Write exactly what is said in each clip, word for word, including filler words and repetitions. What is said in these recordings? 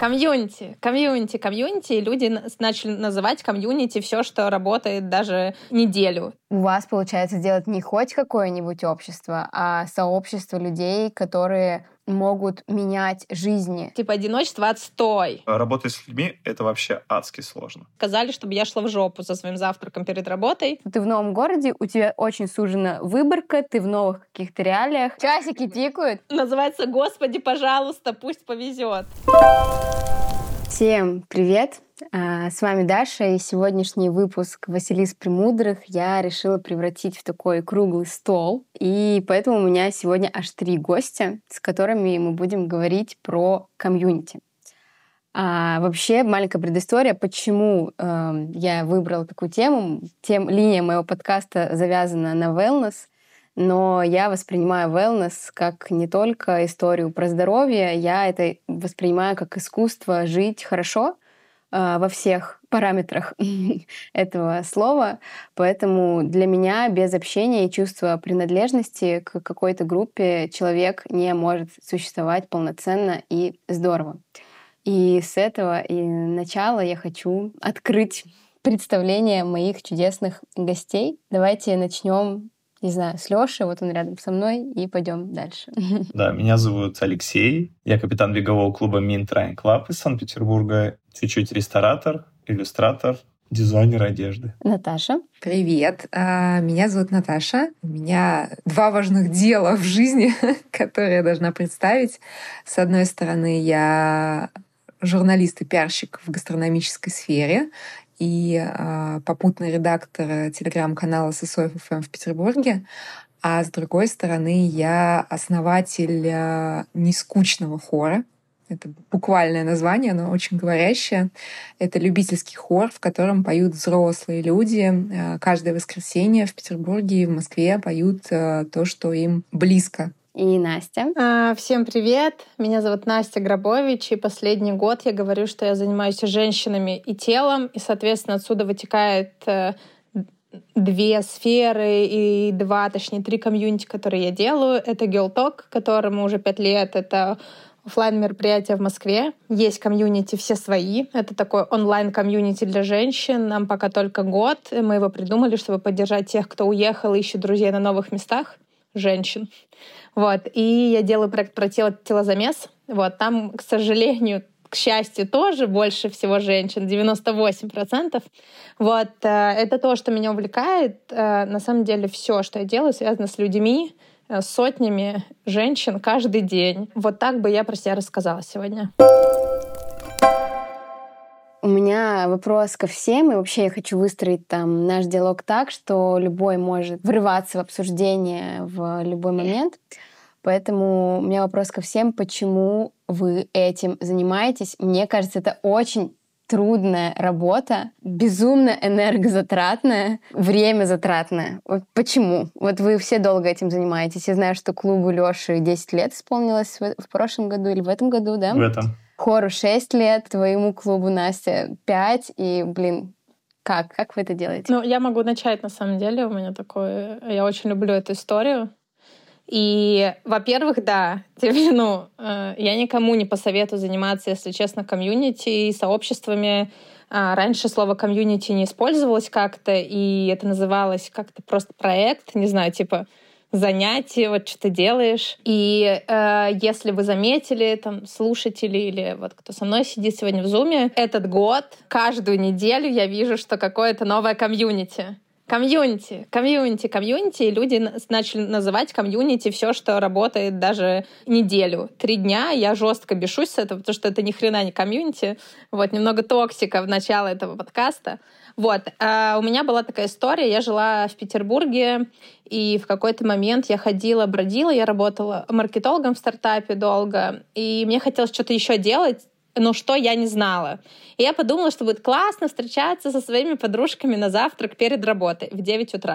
Комьюнити, комьюнити, комьюнити. И люди начали называть комьюнити все, что работает даже неделю. У вас получается сделать не хоть какое-нибудь общество, а сообщество людей, которые могут менять жизни. Типа одиночество — отстой. Работать с людьми — это вообще адски сложно. Сказали, чтобы я шла в жопу со своим завтраком перед работой. Ты в новом городе, у тебя очень сужена выборка, ты в новых каких-то реалиях. Часики тикают. Называется «Господи, пожалуйста, пусть повезет». Всем привет! С вами Даша, и сегодняшний выпуск «Василис Премудрых» я решила превратить в такой круглый стол. И поэтому у меня сегодня аж три гостя, с которыми мы будем говорить про комьюнити. А вообще, маленькая предыстория, почему э, я выбрала такую тему. Тем, линия моего подкаста завязана на wellness, но я воспринимаю wellness как не только историю про здоровье, я это воспринимаю как искусство жить хорошо э, во всех параметрах этого слова. Поэтому для меня без общения и чувства принадлежности к какой-то группе человек не может существовать полноценно и здорово. И с этого и начала я хочу открыть представление моих чудесных гостей. Давайте начнем, не знаю, с Лёши, вот он рядом со мной, и пойдем дальше. Да, меня зовут Алексей, я капитан бегового клуба Mint Running Club из Санкт-Петербурга, чуть-чуть ресторатор, иллюстратор, дизайнер одежды. Наташа. Привет, меня зовут Наташа. У меня два важных дела в жизни, которые я должна представить. С одной стороны, я журналист и пиарщик в гастрономической сфере и э, попутный редактор телеграм-канала Сысоев эф эм в Петербурге. А с другой стороны, я основатель э, нескучного хора. Это буквальное название, но очень говорящее. Это любительский хор, в котором поют взрослые люди. Э, каждое воскресенье в Петербурге и в Москве поют э, то, что им близко. И Настя. А, всем привет! Меня зовут Настя Грабович, и последний год я говорю, что я занимаюсь женщинами и телом, и, соответственно, отсюда вытекает э, две сферы и два, точнее, три комьюнити, которые я делаю. Это Girl Talk, которому уже пять лет, это офлайн-мероприятие в Москве. Есть комьюнити «Все свои». Это такой онлайн-комьюнити для женщин. Нам пока только год. Мы его придумали, чтобы поддержать тех, кто уехал и ищет друзей на новых местах. Женщин. Вот. И я делаю проект про тело, телозамес. Вот. Там, к сожалению, к счастью, тоже больше всего женщин, девяносто восемь процентов. Вот. Это то, что меня увлекает. На самом деле все, что я делаю, связано с людьми, с сотнями женщин каждый день. Вот так бы я про себя рассказала сегодня. У меня вопрос ко всем, и вообще я хочу выстроить там наш диалог так, что любой может врываться в обсуждение в любой момент. Поэтому у меня вопрос ко всем, почему вы этим занимаетесь. Мне кажется, это очень трудная работа, безумно энергозатратная, время затратное. Вот почему? Вот вы все долго этим занимаетесь. Я знаю, что клубу Лёши десять лет исполнилось в, в прошлом году или в этом году, да? В этом. Хору шесть лет, твоему клубу, Настя, пять. И, блин, как? Как вы это делаете? Ну, я могу начать, на самом деле. У меня такое... Я очень люблю эту историю. И, во-первых, да, тебе, ну, э, я никому не посоветую заниматься, если честно, комьюнити и сообществами. А, раньше слово комьюнити не использовалось как-то, и это называлось как-то просто проект, не знаю, типа занятие, вот что ты делаешь. И э, если вы заметили, там, слушатели или вот кто со мной сидит сегодня в Зуме, этот год, каждую неделю я вижу, что какое-то новое комьюнити. Комьюнити, комьюнити, комьюнити, и люди начали называть комьюнити все, что работает даже неделю. Три дня я жестко бешусь с этого, потому что это ни хрена не комьюнити. Вот, немного токсика в начале этого подкаста. Вот, а у меня была такая история, я жила в Петербурге, и в какой-то момент я ходила, бродила, я работала маркетологом в стартапе долго, и мне хотелось что-то еще делать, но что я не знала. И я подумала, что будет классно встречаться со своими подружками на завтрак перед работой в девять утра.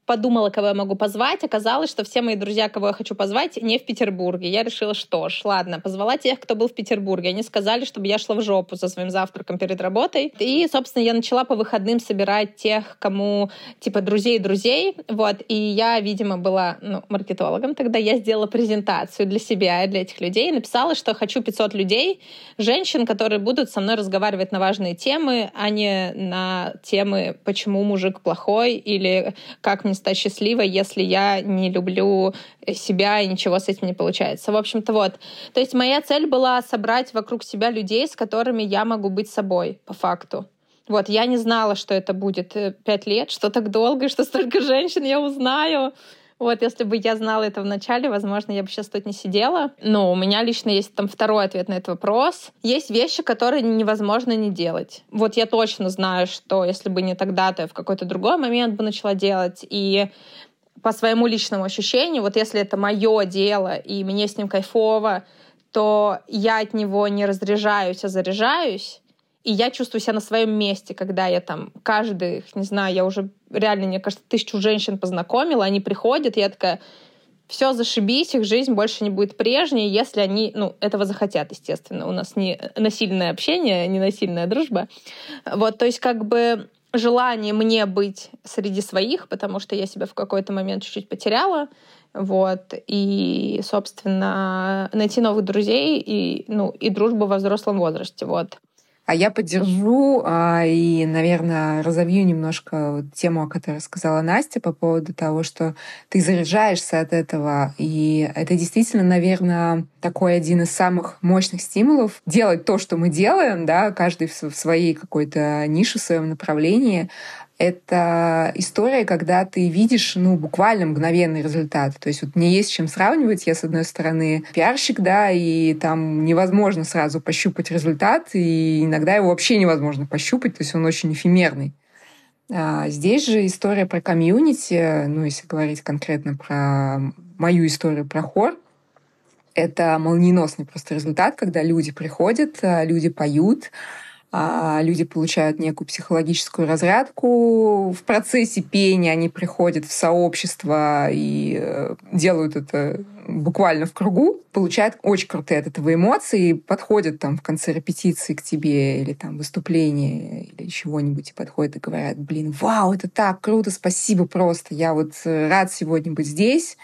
подумала, кого я могу позвать. Оказалось, что все мои друзья, кого я хочу позвать, не в Петербурге. Я решила, что ж, ладно, позвала тех, кто был в Петербурге. Они сказали, чтобы я шла в жопу со своим завтраком перед работой. И, собственно, я начала по выходным собирать тех, кому, типа, друзей-друзей. Вот. И я, видимо, была ну, маркетологом тогда. Я сделала презентацию для себя и для этих людей. Написала, что хочу пятьсот людей, женщин, которые будут со мной разговаривать на важные темы, а не на темы, почему мужик плохой или как мне стать счастливой, если я не люблю себя и ничего с этим не получается. В общем-то, вот. То есть моя цель была собрать вокруг себя людей, с которыми я могу быть собой, по факту. Вот, я не знала, что это будет пять лет, что так долго, что столько женщин я узнаю. Вот, если бы я знала это в начале, возможно, я бы сейчас тут не сидела. Но у меня лично есть там второй ответ на этот вопрос. Есть вещи, которые невозможно не делать. Вот я точно знаю, что если бы не тогда, то я в какой-то другой момент бы начала делать. И по своему личному ощущению, вот если это мое дело, и мне с ним кайфово, то я от него не разряжаюсь, а заряжаюсь. И я чувствую себя на своем месте, когда я там каждый, не знаю, я уже реально, мне кажется, тысячу женщин познакомила, они приходят, и я такая, все, зашибись, их жизнь больше не будет прежней, если они, ну, этого захотят, естественно. У нас не насильное общение, не насильная дружба. Вот, то есть как бы желание мне быть среди своих, потому что я себя в какой-то момент чуть-чуть потеряла, вот, и, собственно, найти новых друзей и, ну, и дружбу во взрослом возрасте, вот. А я поддержу а, и, наверное, разовью немножко вот тему, о которой сказала Настя, по поводу того, что ты заряжаешься от этого. И это действительно, наверное, такой один из самых мощных стимулов делать то, что мы делаем, да, каждый в своей какой-то нише, в своем направлении. Это история, когда ты видишь, ну, буквально мгновенный результат. То есть вот мне есть с чем сравнивать. Я, с одной стороны, пиарщик, да, и там невозможно сразу пощупать результат, и иногда его вообще невозможно пощупать, то есть он очень эфемерный. А здесь же история про комьюнити, ну, если говорить конкретно про мою историю про хор, это молниеносный просто результат, когда люди приходят, люди поют, люди получают некую психологическую разрядку. В процессе пения они приходят в сообщество и делают это буквально в кругу, получают очень крутые от этого эмоции, подходят там в конце репетиции к тебе или там выступления или чего-нибудь, и подходят и говорят, блин, вау, это так круто, спасибо просто, я вот рад сегодня быть здесь,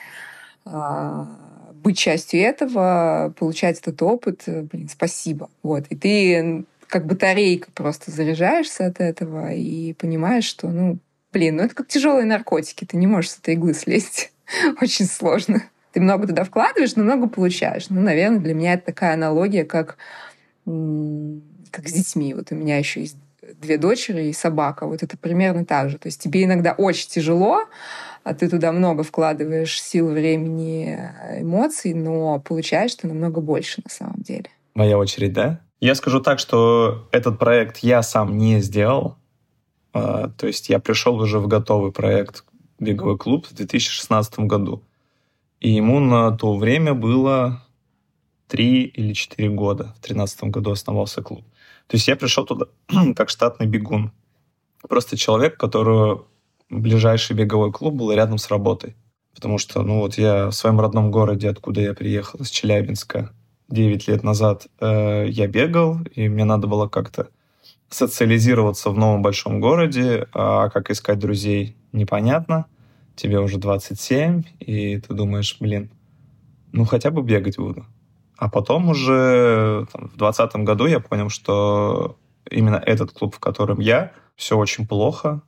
быть частью этого, получать этот опыт, блин, спасибо. Вот. И ты как батарейка просто заряжаешься от этого и понимаешь, что, ну, блин, ну это как тяжелые наркотики, ты не можешь с этой иглы слезть. Очень сложно. Ты много туда вкладываешь, но много получаешь. Ну, наверное, для меня это такая аналогия, как, как с детьми. Вот у меня еще есть две дочери и собака. Вот это примерно так же. То есть тебе иногда очень тяжело, а ты туда много вкладываешь сил, времени, эмоций, но получаешь ты намного больше на самом деле. Моя очередь, да? Я скажу так, что этот проект я сам не сделал. То есть я пришел уже в готовый проект «Беговой клуб» в две тысячи шестнадцатом году. И ему на то время было три или четыре года. В две тысячи тринадцатом году основался клуб. То есть я пришел туда как штатный бегун. Просто человек, у которого ближайший беговой клуб был рядом с работой. Потому что, ну вот я в своем родном городе, откуда я приехал, из Челябинска, девять лет назад э, я бегал, и мне надо было как-то социализироваться в новом большом городе, а как искать друзей, непонятно. Тебе уже двадцать семь, и ты думаешь, блин, ну хотя бы бегать буду. А потом уже там, в двадцатом году я понял, что именно этот клуб, в котором я, все очень плохо,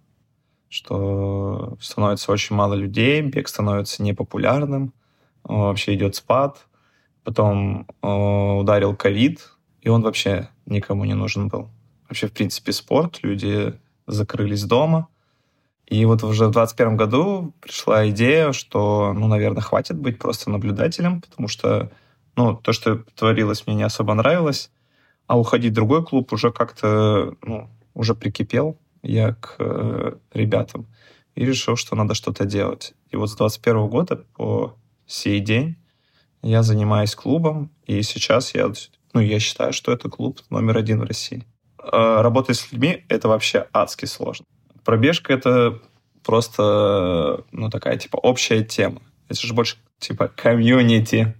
что становится очень мало людей, бег становится непопулярным, вообще идет спад. Потом э, ударил ковид, и он вообще никому не нужен был. Вообще, в принципе, спорт, люди закрылись дома. И вот уже в двадцать первом году пришла идея, что, ну, наверное, хватит быть просто наблюдателем, потому что, ну, то, что творилось, мне не особо нравилось, а уходить в другой клуб уже как-то, ну, уже прикипел я к э, ребятам и решил, что надо что-то делать. И вот с двадцать первого года по сей день я занимаюсь клубом, и сейчас я, ну, я считаю, что это клуб номер один в России. Работать с людьми — это вообще адски сложно. Пробежка — это просто, ну, такая, типа, общая тема. Это же больше, типа, комьюнити.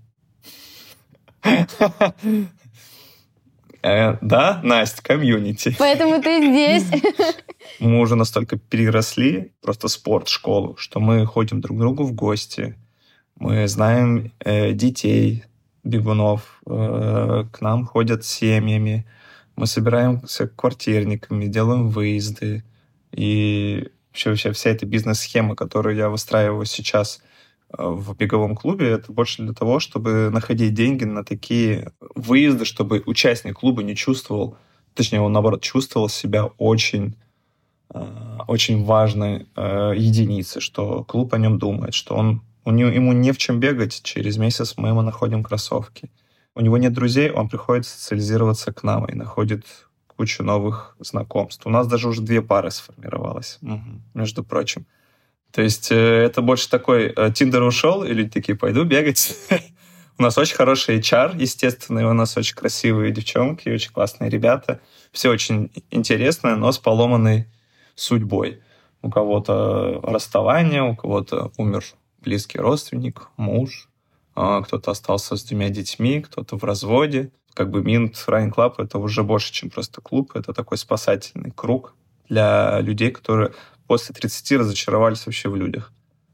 Да, Настя, комьюнити. Поэтому ты здесь. Мы уже настолько переросли просто спорт, школу, что мы ходим друг к другу в гости. Мы знаем э, детей, бегунов. Э, к нам ходят с семьями. Мы собираемся квартирниками, делаем выезды. И вообще, вообще вся эта бизнес-схема, которую я выстраиваю сейчас в беговом клубе, это больше для того, чтобы находить деньги на такие выезды, чтобы участник клуба не чувствовал, точнее, он, наоборот, чувствовал себя очень, очень важной единицей, что клуб о нем думает, что он, у него, ему не в чем бегать, через месяц мы ему находим кроссовки. У него нет друзей, он приходит социализироваться к нам и находит кучу новых знакомств. У нас даже уже две пары сформировалось, угу, между прочим. То есть э, это больше такой э, Тиндер ушел, и люди такие, пойду бегать. У нас очень хороший эйч ар, естественно, и у нас очень красивые девчонки, очень классные ребята. Все очень интересное, но с поломанной судьбой. У кого-то расставание, у кого-то умер близкий родственник, муж, э, кто-то остался с двумя детьми, кто-то в разводе. Как бы Mint Running Club — это уже больше, чем просто клуб, это такой спасательный круг для людей, которые после тридцати разочаровались вообще в людях.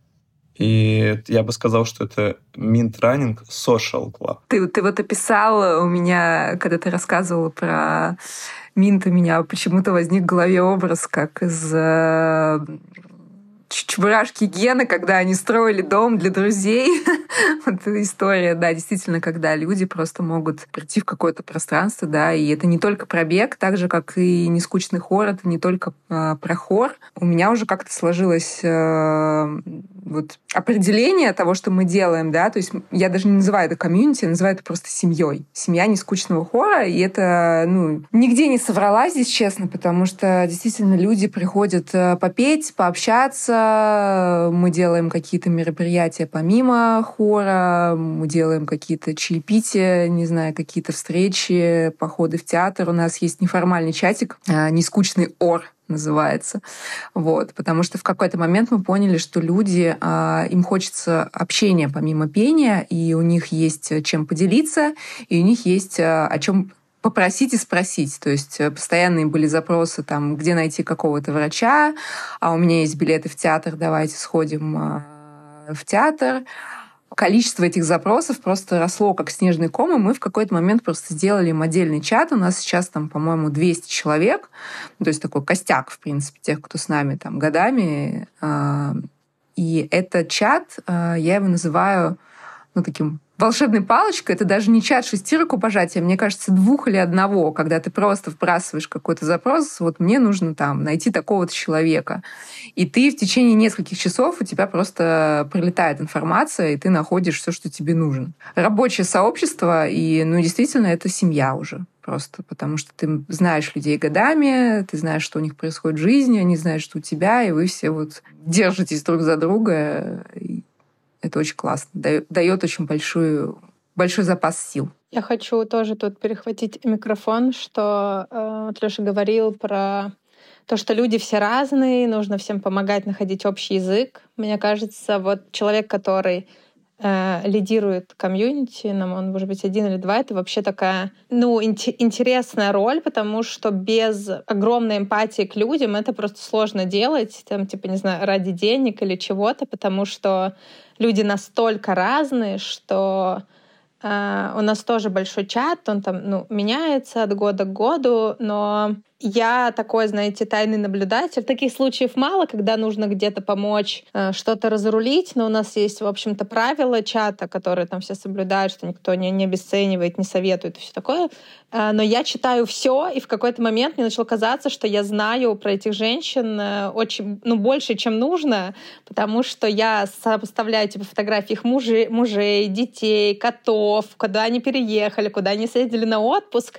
И я бы сказал, что это Mint Running Social Club. Ты, ты вот описал у меня, когда ты рассказывала про Mint, у меня почему-то возник в голове образ, как из э, Чебурашки Гены, когда они строили дом для друзей. Вот эта история, да, действительно, когда люди просто могут прийти в какое-то пространство, да, и это не только про бег, так же, как и нескучный хор, это не только э, про хор. У меня уже как-то сложилось э, вот определение того, что мы делаем, да, то есть я даже не называю это комьюнити, я называю это просто семьей. Семья нескучного хора, и это, ну, нигде не соврала здесь, честно, потому что действительно люди приходят попеть, пообщаться, мы делаем какие-то мероприятия помимо хора, мы делаем какие-то чаепития, не знаю, какие-то встречи, походы в театр. У нас есть неформальный чатик, нескучный ор называется. Вот. Потому что в какой-то момент мы поняли, что люди, им хочется общения помимо пения, и у них есть чем поделиться, и у них есть о чем попросить и спросить. То есть постоянные были запросы, там, где найти какого-то врача, а у меня есть билеты в театр, давайте сходим в театр. Количество этих запросов просто росло как снежный ком, и мы в какой-то момент просто сделали им отдельный чат. У нас сейчас там, по-моему, двести человек, то есть такой костяк, в принципе, тех, кто с нами там годами. И этот чат, я его называю, ну, таким волшебной палочкой. Это даже не чат шести рукопожатия, мне кажется, двух или одного, когда ты просто вбрасываешь какой-то запрос, вот мне нужно там найти такого-то человека. И ты в течение нескольких часов у тебя просто прилетает информация, и ты находишь все, что тебе нужно. Рабочее сообщество, и, ну, действительно, это семья уже просто, потому что ты знаешь людей годами, ты знаешь, что у них происходит в жизни, они знают, что у тебя, и вы все вот держитесь друг за друга. Это очень классно. Дает, дает очень большую, большой запас сил. Я хочу тоже тут перехватить микрофон, что э, вот Лёша говорил про то, что люди все разные, нужно всем помогать находить общий язык. Мне кажется, вот человек, который э, лидирует комьюнити, нам он может быть один или два, это вообще такая, ну, ин- интересная роль, потому что без огромной эмпатии к людям это просто сложно делать, там, типа, не знаю, ради денег или чего-то, потому что люди настолько разные, что э, у нас тоже большой чат, он там, ну, меняется от года к году, но я такой, знаете, тайный наблюдатель. Таких случаев мало, когда нужно где-то помочь, э, что-то разрулить, но у нас есть, в общем-то, правила чата, которые там все соблюдают, что никто не, не обесценивает, не советует и все такое. Э, но я читаю все, и в какой-то момент мне начало казаться, что я знаю про этих женщин э, очень, ну, больше, чем нужно, потому что я сопоставляю типа фотографии их мужей, мужей, детей, котов, куда они переехали, куда они съездили на отпуск.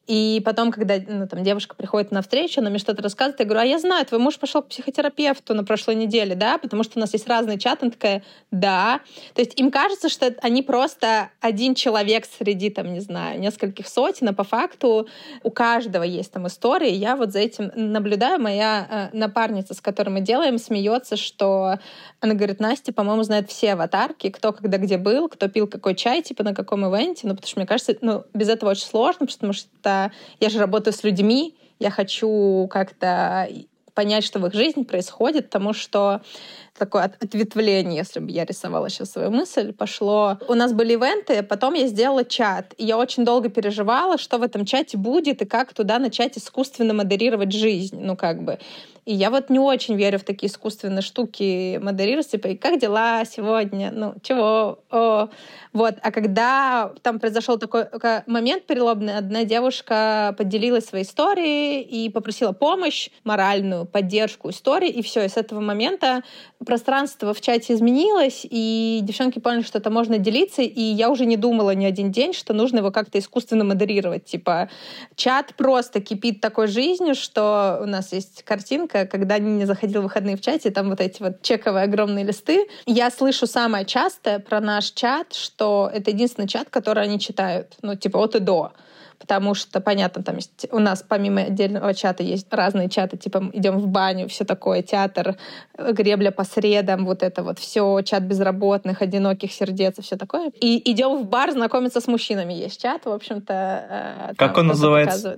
И потом, когда ну, там, девушка приходит на встречу, она мне что-то рассказывает, я говорю, а я знаю, твой муж пошел к психотерапевту на прошлой неделе, да, потому что у нас есть разные чаты. Она такая, да. То есть им кажется, что они просто один человек среди, там, не знаю, нескольких сотен, а по факту у каждого есть там истории. Я вот за этим наблюдаю. Моя э, напарница, с которой мы делаем, смеется, что она говорит, Настя, по-моему, знает все аватарки, кто когда где был, кто пил какой чай, типа на каком ивенте. Ну, потому что, мне кажется, ну, без этого очень сложно, потому что я же работаю с людьми, я хочу как-то понять, что в их жизни происходит, потому что такое ответвление, если бы я рисовала сейчас свою мысль, пошло. У нас были ивенты, потом я сделала чат, и я очень долго переживала, что в этом чате будет и как туда начать искусственно модерировать жизнь, ну как бы. И я вот не очень верю в такие искусственные штуки модерировать, типа, и как дела сегодня? Ну, чего? О. Вот. А когда там произошел такой момент переломный, одна девушка поделилась своей историей и попросила помощь, моральную поддержку истории, и все. И с этого момента пространство в чате изменилось, и девчонки поняли, что это можно делиться, и я уже не думала ни один день, что нужно его как-то искусственно модерировать. Типа, чат просто кипит такой жизнью, что у нас есть картинка, когда не заходил в выходные в чате, там вот эти вот чековые огромные листы. Я слышу самое частое про наш чат, что это единственный чат, который они читают. Ну, типа от и до. Потому что, понятно, там есть, у нас помимо отдельного чата есть разные чаты, типа идем в баню, все такое, театр, гребля по средам, вот это вот все, чат безработных, одиноких сердец и все такое. И идем в бар знакомиться с мужчинами. Есть чат, в общем-то. Как он называется?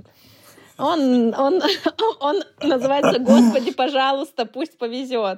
Он, он, он называется «Господи, пожалуйста, пусть повезет».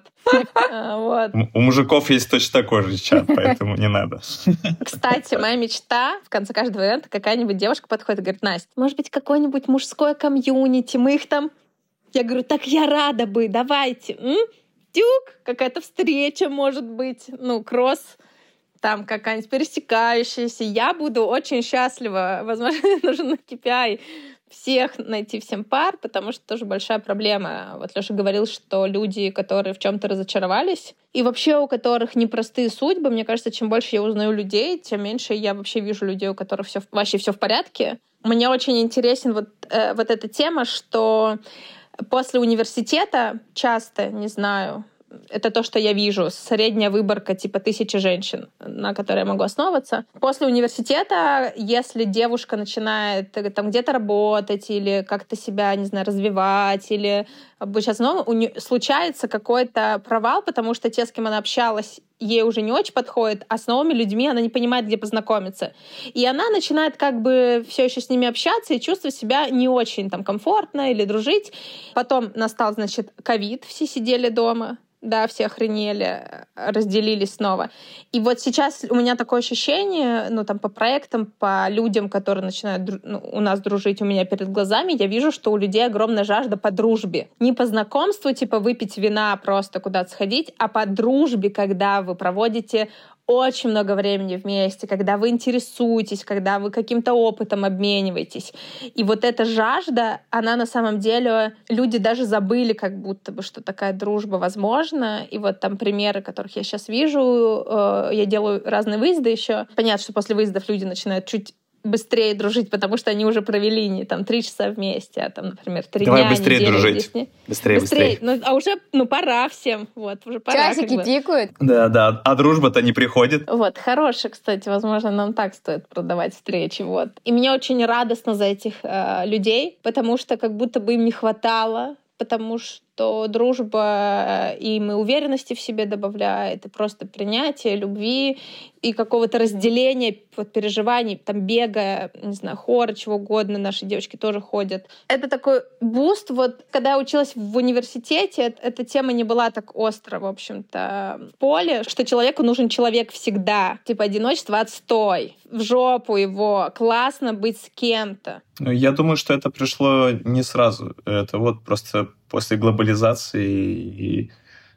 Вот. У мужиков есть точно такой же чат, поэтому не надо. Кстати, моя мечта в конце каждого ивента какая-нибудь девушка подходит и говорит, Настя, может быть, какое-нибудь мужское комьюнити, мы их там... Я говорю, так я рада бы, давайте. М? Тюк, какая-то встреча может быть, ну, кросс, там какая-нибудь пересекающаяся. Я буду очень счастлива. Возможно, нужен кей пи ай всех найти, всем пар, потому что тоже большая проблема. Вот Лёша говорил, что люди, которые в чем-то разочаровались, и вообще у которых непростые судьбы, мне кажется, чем больше я узнаю людей, тем меньше я вообще вижу людей, у которых все, вообще все в порядке. Мне очень интересен вот, э, вот эта тема, что после университета часто, не знаю, это то, что я вижу, средняя выборка типа тысячи женщин, на которой я могу основываться. После университета, если девушка начинает там где-то работать или как-то себя, не знаю, развивать или обучаться новому, у нее случается какой-то провал, потому что те, с кем она общалась, ей уже не очень подходит, а с новыми людьми она не понимает, где познакомиться. И она начинает как бы все еще с ними общаться и чувствовать себя не очень там комфортно или дружить. Потом настал, значит, ковид, все сидели дома. Да, все охренели, разделились снова. И вот сейчас у меня такое ощущение, ну, там, по проектам, по людям, которые начинают ну, у нас дружить у меня перед глазами, я вижу, что у людей огромная жажда по дружбе. Не по знакомству, типа, выпить вина, просто куда-то сходить, а по дружбе, когда вы проводите очень много времени вместе, когда вы интересуетесь, когда вы каким-то опытом обмениваетесь. И вот эта жажда, она на самом деле... Люди даже забыли как будто бы, что такая дружба возможна. И вот там примеры, которых я сейчас вижу, э, я делаю разные выезды еще. Понятно, что после выездов люди начинают чуть быстрее дружить, потому что они уже провели не там три часа вместе, а там, например, три Давай дня, быстрее неделю, дружить. Быстрее, быстрее, быстрее. Ну, а уже, ну, пора всем. Вот, уже пора. Часики как бы. тикают. Да, да. А дружба-то не приходит. Вот, хороший, кстати, возможно, нам так стоит продавать встречи. Вот. И мне очень радостно за этих э, людей, потому что как будто бы им не хватало, потому что дружба им и уверенности в себе добавляет, и просто принятие, любви, и какого-то разделения, вот, переживаний, там, бега, не знаю, хора, чего угодно, наши девочки тоже ходят. Это такой буст. Вот, когда я училась в университете, эта тема не была так остро, в общем-то, в поле, что человеку нужен человек всегда. Типа, одиночество — отстой. В жопу его. Классно быть с кем-то. Ну, я думаю, что это пришло не сразу. Это вот просто после глобализации и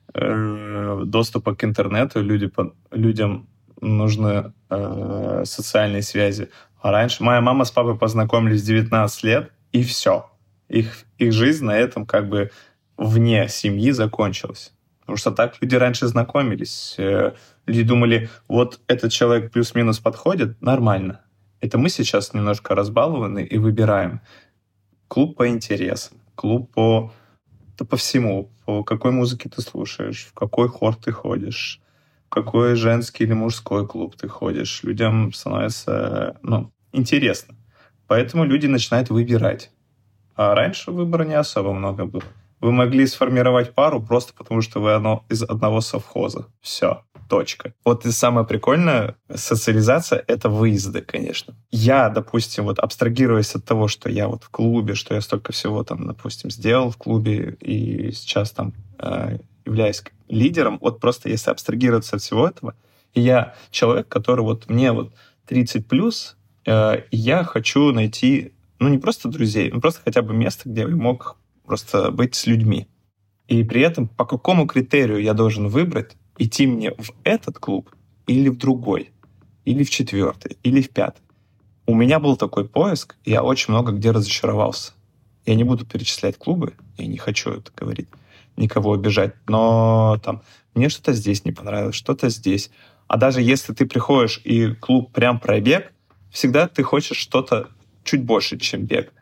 э, доступа к интернету люди, людям нужны э, социальные связи. А раньше моя мама с папой познакомились в девятнадцать лет, и все. Их, их жизнь на этом как бы вне семьи закончилась. Потому что так люди раньше знакомились. Э, люди думали, вот этот человек плюс-минус подходит, нормально. Это мы сейчас немножко разбалованы и выбираем клуб по интересам, клуб по, да по всему, по какой музыке ты слушаешь, в какой хор ты ходишь, в какой женский или мужской клуб ты ходишь. Людям становится, ну, интересно. Поэтому люди начинают выбирать. А раньше выбора не особо много было. Вы могли сформировать пару просто потому, что вы одно, из одного совхоза. Все, точка. Вот и самое прикольное, социализация — это выезды, конечно. Я, допустим, вот абстрагируясь от того, что я вот в клубе, что я столько всего там, допустим, сделал в клубе и сейчас там э, являюсь лидером, вот просто если абстрагироваться от всего этого, и я человек, который вот мне вот тридцать плюс, э, я хочу найти, ну не просто друзей, ну просто хотя бы место, где я мог просто быть с людьми. И при этом по какому критерию я должен выбрать, идти мне в этот клуб или в другой, или в четвертый, или в пятый. У меня был такой поиск, и я очень много где разочаровался. Я не буду перечислять клубы, я не хочу это говорить, никого обижать, но там мне что-то здесь не понравилось, что-то здесь. А даже если ты приходишь и клуб прям про бег, всегда ты хочешь что-то чуть больше, чем бег.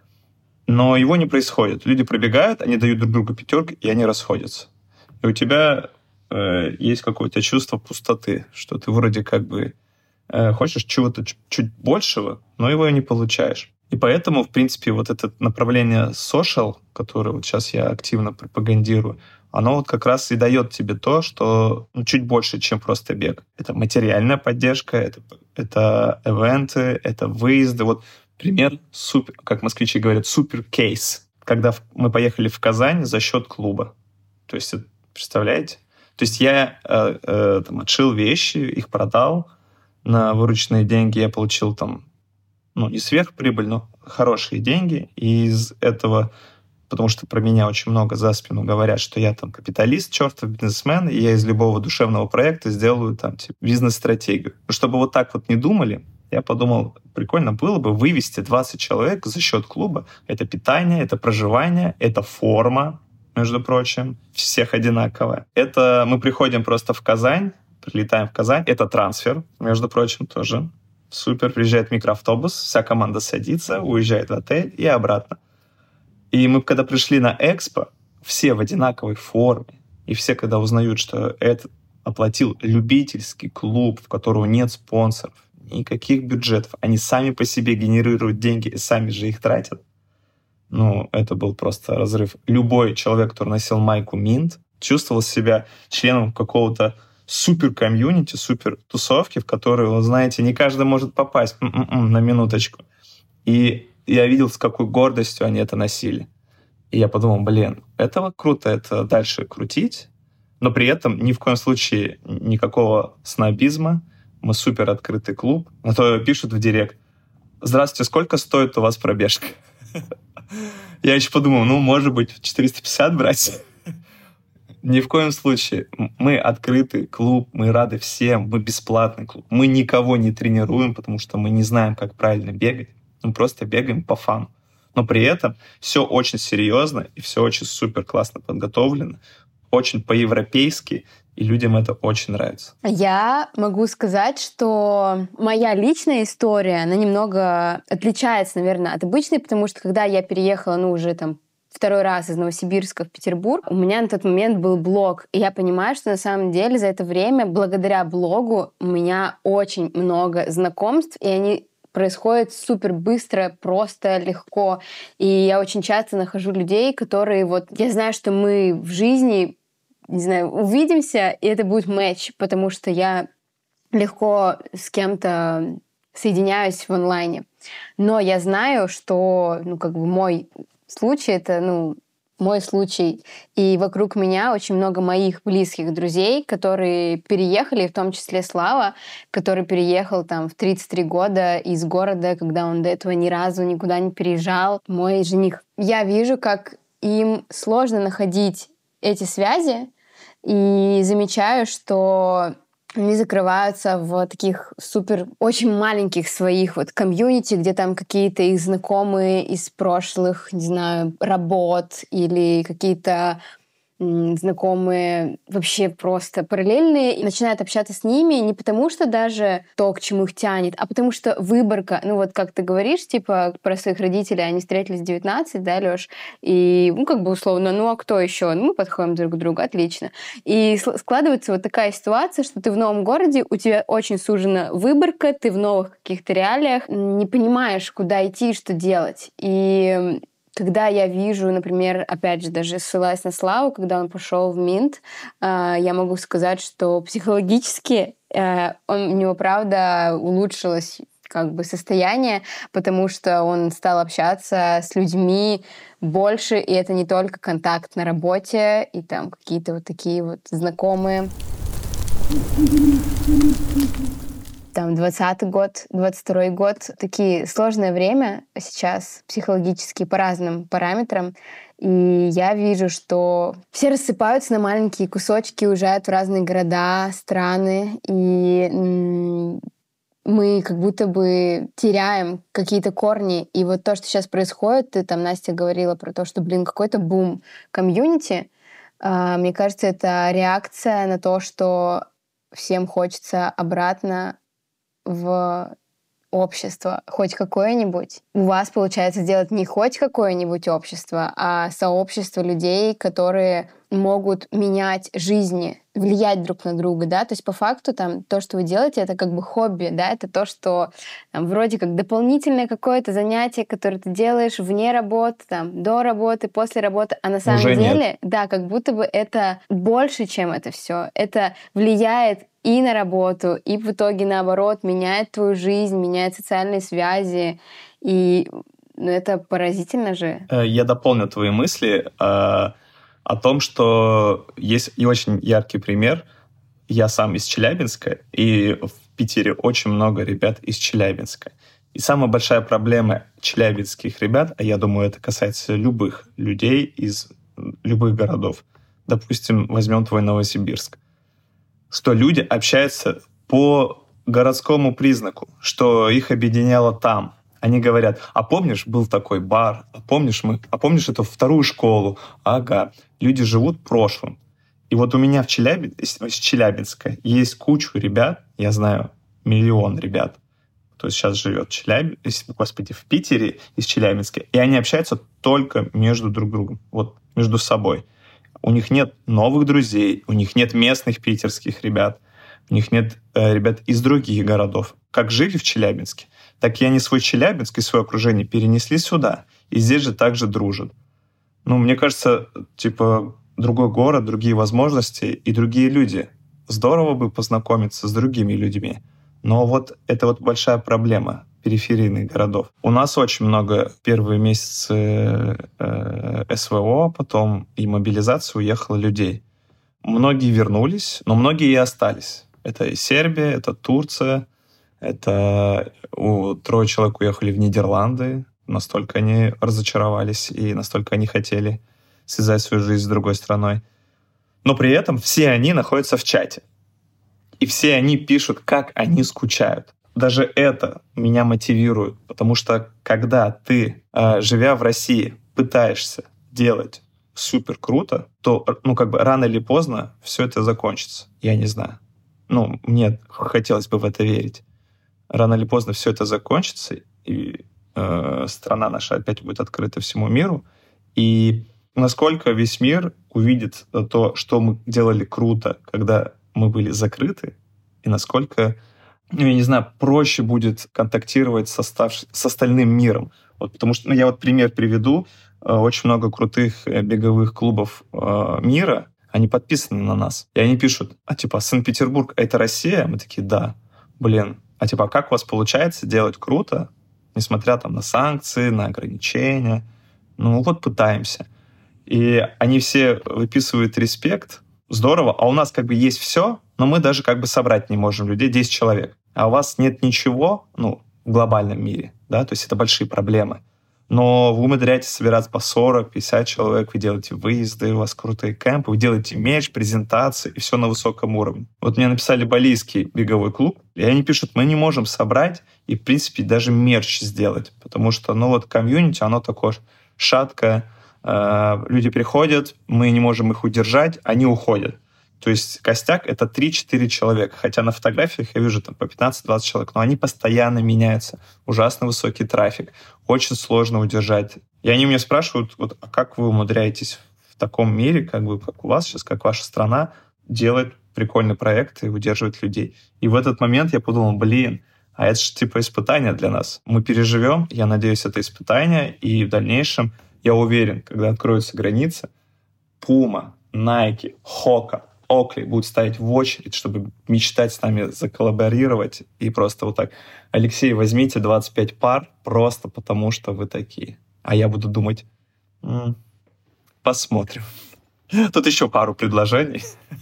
Но его не происходит. Люди пробегают, они дают друг другу пятерки, и они расходятся. И у тебя э, есть какое-то чувство пустоты, что ты вроде как бы э, хочешь чего-то ч- чуть большего, но его и не получаешь. И поэтому, в принципе, вот это направление social, которое вот сейчас я активно пропагандирую, оно вот как раз и дает тебе то, что ну, чуть больше, чем просто бег. Это материальная поддержка, это, это ивенты, это выезды. Вот пример, супер, как москвичи говорят, супер кейс, когда мы поехали в Казань за счет клуба. То есть, представляете? То есть я э, э, там, отшил вещи, их продал на вырученные деньги, я получил там, ну, не сверхприбыль, но хорошие деньги, и из этого, потому что про меня очень много за спину говорят, что я там капиталист, чертов бизнесмен, и я из любого душевного проекта сделаю там типа бизнес-стратегию. Чтобы вот так вот не думали, я подумал, прикольно было бы вывести двадцать человек за счет клуба. Это питание, это проживание, это форма, между прочим, всех одинаковая. Это мы приходим просто в Казань, прилетаем в Казань, это трансфер, между прочим, тоже. Супер, приезжает микроавтобус, вся команда садится, уезжает в отель и обратно. И мы, когда пришли на Экспо, все в одинаковой форме, и все, когда узнают, что это оплатил любительский клуб, в которого нет спонсоров, никаких бюджетов, они сами по себе генерируют деньги и сами же их тратят. Ну, это был просто разрыв. Любой человек, который носил майку Mint, чувствовал себя членом какого-то супер-комьюнити, супер-тусовки, в которую, вы знаете, не каждый может попасть. М-м-м, на минуточку. И я видел, с какой гордостью они это носили. И я подумал, блин, это вот круто, это дальше крутить, но при этом ни в коем случае никакого снобизма. Мы супер открытый клуб. А то пишут в директ: здравствуйте, сколько стоит у вас пробежка? Я еще подумал, ну, может быть, четыреста пятьдесят брать? Ни в коем случае. Мы открытый клуб, мы рады всем, мы бесплатный клуб. Мы никого не тренируем, потому что мы не знаем, как правильно бегать. Мы просто бегаем по фану. Но при этом все очень серьезно и все очень супер классно подготовлено, очень по-европейски, и людям это очень нравится. Я могу сказать, что моя личная история, она немного отличается, наверное, от обычной, потому что когда я переехала, ну, уже там второй раз из Новосибирска в Петербург, у меня на тот момент был блог, и я понимаю, что на самом деле за это время, благодаря блогу, у меня очень много знакомств, и они происходит супер быстро, просто, легко. И я очень часто нахожу людей, которые вот... Я знаю, что мы в жизни, не знаю, увидимся, и это будет матч, потому что я легко с кем-то соединяюсь в онлайне. Но я знаю, что, ну, как бы мой случай — это, ну, мой случай. И вокруг меня очень много моих близких друзей, которые переехали, в том числе Слава, который переехал там в тридцать три года из города, когда он до этого ни разу никуда не переезжал. Мой жених. Я вижу, как им сложно находить эти связи, и замечаю, что они закрываются в таких супер, очень маленьких своих вот комьюнити, где там какие-то их знакомые из прошлых, не знаю, работ или какие-то знакомые вообще просто параллельные, и начинают общаться с ними не потому, что даже то, к чему их тянет, а потому что выборка, ну вот как ты говоришь, типа про своих родителей, они встретились в девятнадцать, да, Лёш, и, ну, как бы условно, ну, а кто еще? Ну, мы подходим друг к другу, отлично. И складывается вот такая ситуация, что ты в новом городе, у тебя очень сужена выборка, ты в новых каких-то реалиях, не понимаешь, куда идти и что делать. И когда я вижу, например, опять же, даже ссылаясь на Славу, когда он пошел в Минт, я могу сказать, что психологически он, у него, правда, улучшилось как бы состояние, потому что он стал общаться с людьми больше, и это не только контакт на работе и там какие-то вот такие вот знакомые. Там двадцатый год, двадцать второй год. Такие сложное время сейчас психологически по разным параметрам. И я вижу, что все рассыпаются на маленькие кусочки, уезжают в разные города, страны. И м- мы как будто бы теряем какие-то корни. И вот то, что сейчас происходит, ты там, Настя, говорила про то, что, блин, какой-то бум комьюнити. А, мне кажется, это реакция на то, что всем хочется обратно в общество, хоть какое-нибудь. У вас получается сделать не хоть какое-нибудь общество, а сообщество людей, которые могут менять жизни, влиять друг на друга, да, то есть по факту там то, что вы делаете, это как бы хобби, да, это то, что там, вроде как дополнительное какое-то занятие, которое ты делаешь вне работы, там, до работы, после работы, а на самом Уже деле, нет. да, как будто бы это больше, чем это все. Это влияет и на работу, и в итоге, наоборот, меняет твою жизнь, меняет социальные связи, и ну, это поразительно же. Я дополню твои мысли э, о том, что есть и очень яркий пример. Я сам из Челябинска, и в Питере очень много ребят из Челябинска. И самая большая проблема челябинских ребят, а я думаю, это касается любых людей из любых городов. Допустим, возьмем твой Новосибирск. Что люди общаются по городскому признаку, что их объединяло там. Они говорят, а помнишь, был такой бар, а помнишь, мы, а помнишь эту вторую школу? Ага, люди живут прошлым. И вот у меня в Челябин... из Челябинска есть кучу ребят, я знаю миллион ребят, кто сейчас живет в Челябинске, господи, в Питере из Челябинска, и они общаются только между друг другом, вот между собой. У них нет новых друзей, у них нет местных питерских ребят, у них нет э, ребят из других городов. Как жили в Челябинске, так и они свой Челябинск и свое окружение перенесли сюда, и здесь же также дружат. Ну, мне кажется, типа, другой город, другие возможности и другие люди. Здорово бы познакомиться с другими людьми, но вот это вот большая проблема периферийных городов. У нас очень много первые месяцы э, СВО, потом и мобилизация уехало людей. Многие вернулись, но многие и остались. Это и Сербия, это Турция, это у, трое человек уехали в Нидерланды. Настолько они разочаровались и настолько они хотели связать свою жизнь с другой страной. Но при этом все они находятся в чате. И все они пишут, как они скучают. Даже это меня мотивирует, потому что когда ты, живя в России, пытаешься делать супер круто, то, ну, как бы рано или поздно все это закончится. Я не знаю. Ну, мне хотелось бы в это верить. Рано или поздно все это закончится, и э, страна наша опять будет открыта всему миру. И насколько весь мир увидит то, что мы делали круто, когда мы были закрыты, и насколько, ну, я не знаю, проще будет контактировать с, оставш... с остальным миром. Вот, потому что, ну, я вот пример приведу. Очень много крутых беговых клубов э, мира, они подписаны на нас. И они пишут, а типа, Санкт-Петербург — это Россия? Мы такие, да. Блин, а типа, как у вас получается делать круто, несмотря там на санкции, на ограничения? Ну вот пытаемся. И они все выписывают респект. Здорово. А у нас как бы есть все, но мы даже как бы собрать не можем людей, десять человек. А у вас нет ничего, ну, в глобальном мире, да, то есть это большие проблемы. Но вы умудряетесь собираться по сорок-пятьдесят человек, вы делаете выезды, у вас крутые кемпы, вы делаете мерч, презентации, и все на высоком уровне. Вот мне написали балийский беговой клуб, и они пишут, мы не можем собрать и, в принципе, даже мерч сделать, потому что, ну вот, комьюнити, оно такое шаткое, Люди приходят, мы не можем их удержать, они уходят. То есть костяк — это три-четыре человека. Хотя на фотографиях я вижу там по пятнадцать-двадцать человек, но они постоянно меняются. Ужасно высокий трафик. Очень сложно удержать. И они меня спрашивают, вот, а как вы умудряетесь в таком мире, как бы, как у вас сейчас, как ваша страна, делать прикольный проект и удерживать людей? И в этот момент я подумал, блин, а это же типа испытание для нас. Мы переживем, я надеюсь, это испытание, и в дальнейшем, я уверен, когда откроются границы, Puma, Nike, Hoka, Oakley будут ставить в очередь, чтобы мечтать с нами заколлаборировать. И просто вот так: Алексей, возьмите двадцать пять пар просто потому, что вы такие. А я буду думать, м-м, посмотрим. Тут еще пару предложений.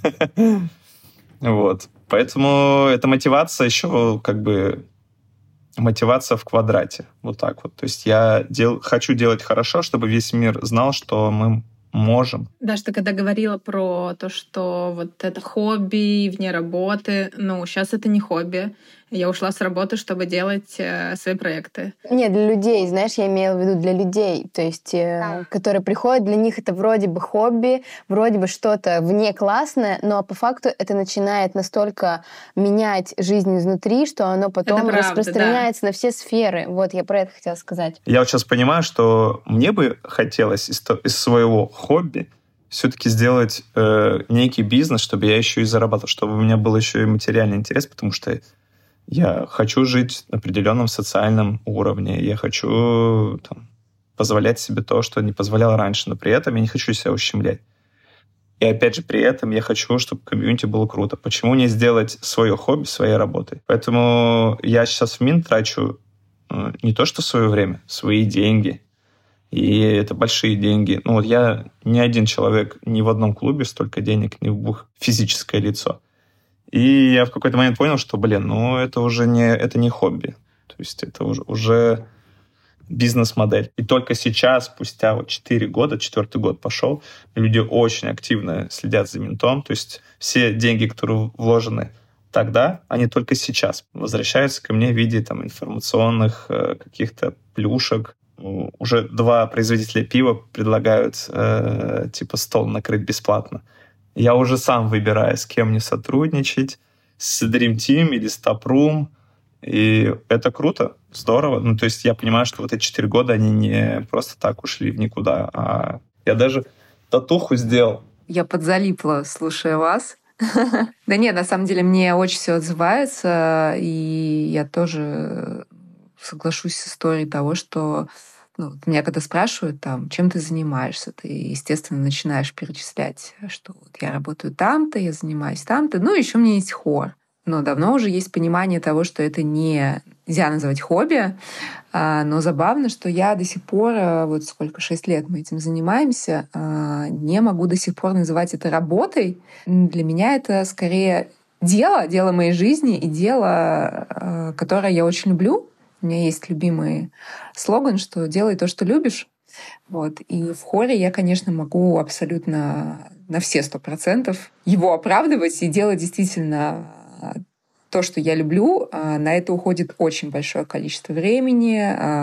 Вот. Поэтому эта мотивация еще как бы мотивация в квадрате. Вот так вот. То есть я дел... хочу делать хорошо, чтобы весь мир знал, что мы можем. Даша, ты когда говорила про то, что вот это хобби вне работы, ну, сейчас это не хобби. Я ушла с работы, чтобы делать э, свои проекты. Нет, для людей, знаешь, я имела в виду для людей, то есть, э, а. которые приходят, для них это вроде бы хобби, вроде бы что-то вне классное, но по факту это начинает настолько менять жизнь изнутри, что оно потом правда, распространяется да. на все сферы. Вот, я про это хотела сказать. Я вот сейчас понимаю, что мне бы хотелось из, из своего хобби все-таки сделать э, некий бизнес, чтобы я еще и зарабатывал, чтобы у меня был еще и материальный интерес, потому что я хочу жить на определенном социальном уровне, я хочу там, позволять себе то, что не позволял раньше, но при этом я не хочу себя ущемлять. И опять же, при этом я хочу, чтобы комьюнити было круто. Почему не сделать свое хобби своей работой? Поэтому я сейчас в Мин трачу э, не то что свое время, свои деньги. И это большие деньги. Ну вот я ни один человек ни в одном клубе столько денег не вбух физическое лицо. И я в какой-то момент понял, что, блин, ну это уже не, это не хобби. То есть это уже, уже бизнес-модель. И только сейчас, спустя вот четыре года, четвертый год пошел, люди очень активно следят за Минтом. То есть все деньги, которые вложены тогда, они только сейчас возвращаются ко мне в виде там, информационных э, каких-то плюшек. Уже два производителя пива предлагают э, типа стол накрыть бесплатно. Я уже сам выбираю, с кем мне сотрудничать, с Dream Team или с Top Room. И это круто, здорово. Ну, то есть я понимаю, что вот эти четыре года, они не просто так ушли в никуда. А я даже татуху сделал. Я подзалипла, слушая вас. Да нет, на самом деле мне очень все отзывается, и я тоже соглашусь с историей того, что ну, меня когда спрашивают, там, чем ты занимаешься, ты, естественно, начинаешь перечислять, что вот я работаю там-то, я занимаюсь там-то, ну, еще у меня есть хор. Но давно уже есть понимание того, что это не нельзя называть хобби, но забавно, что я до сих пор, вот сколько, шесть лет мы этим занимаемся, не могу до сих пор называть это работой. Для меня это скорее дело, дело моей жизни и дело, которое я очень люблю. У меня есть любимый слоган, что «делай то, что любишь». Вот. И в хоре я, конечно, могу абсолютно на все сто процентов его оправдывать и делать действительно то, что я люблю. На это уходит очень большое количество времени,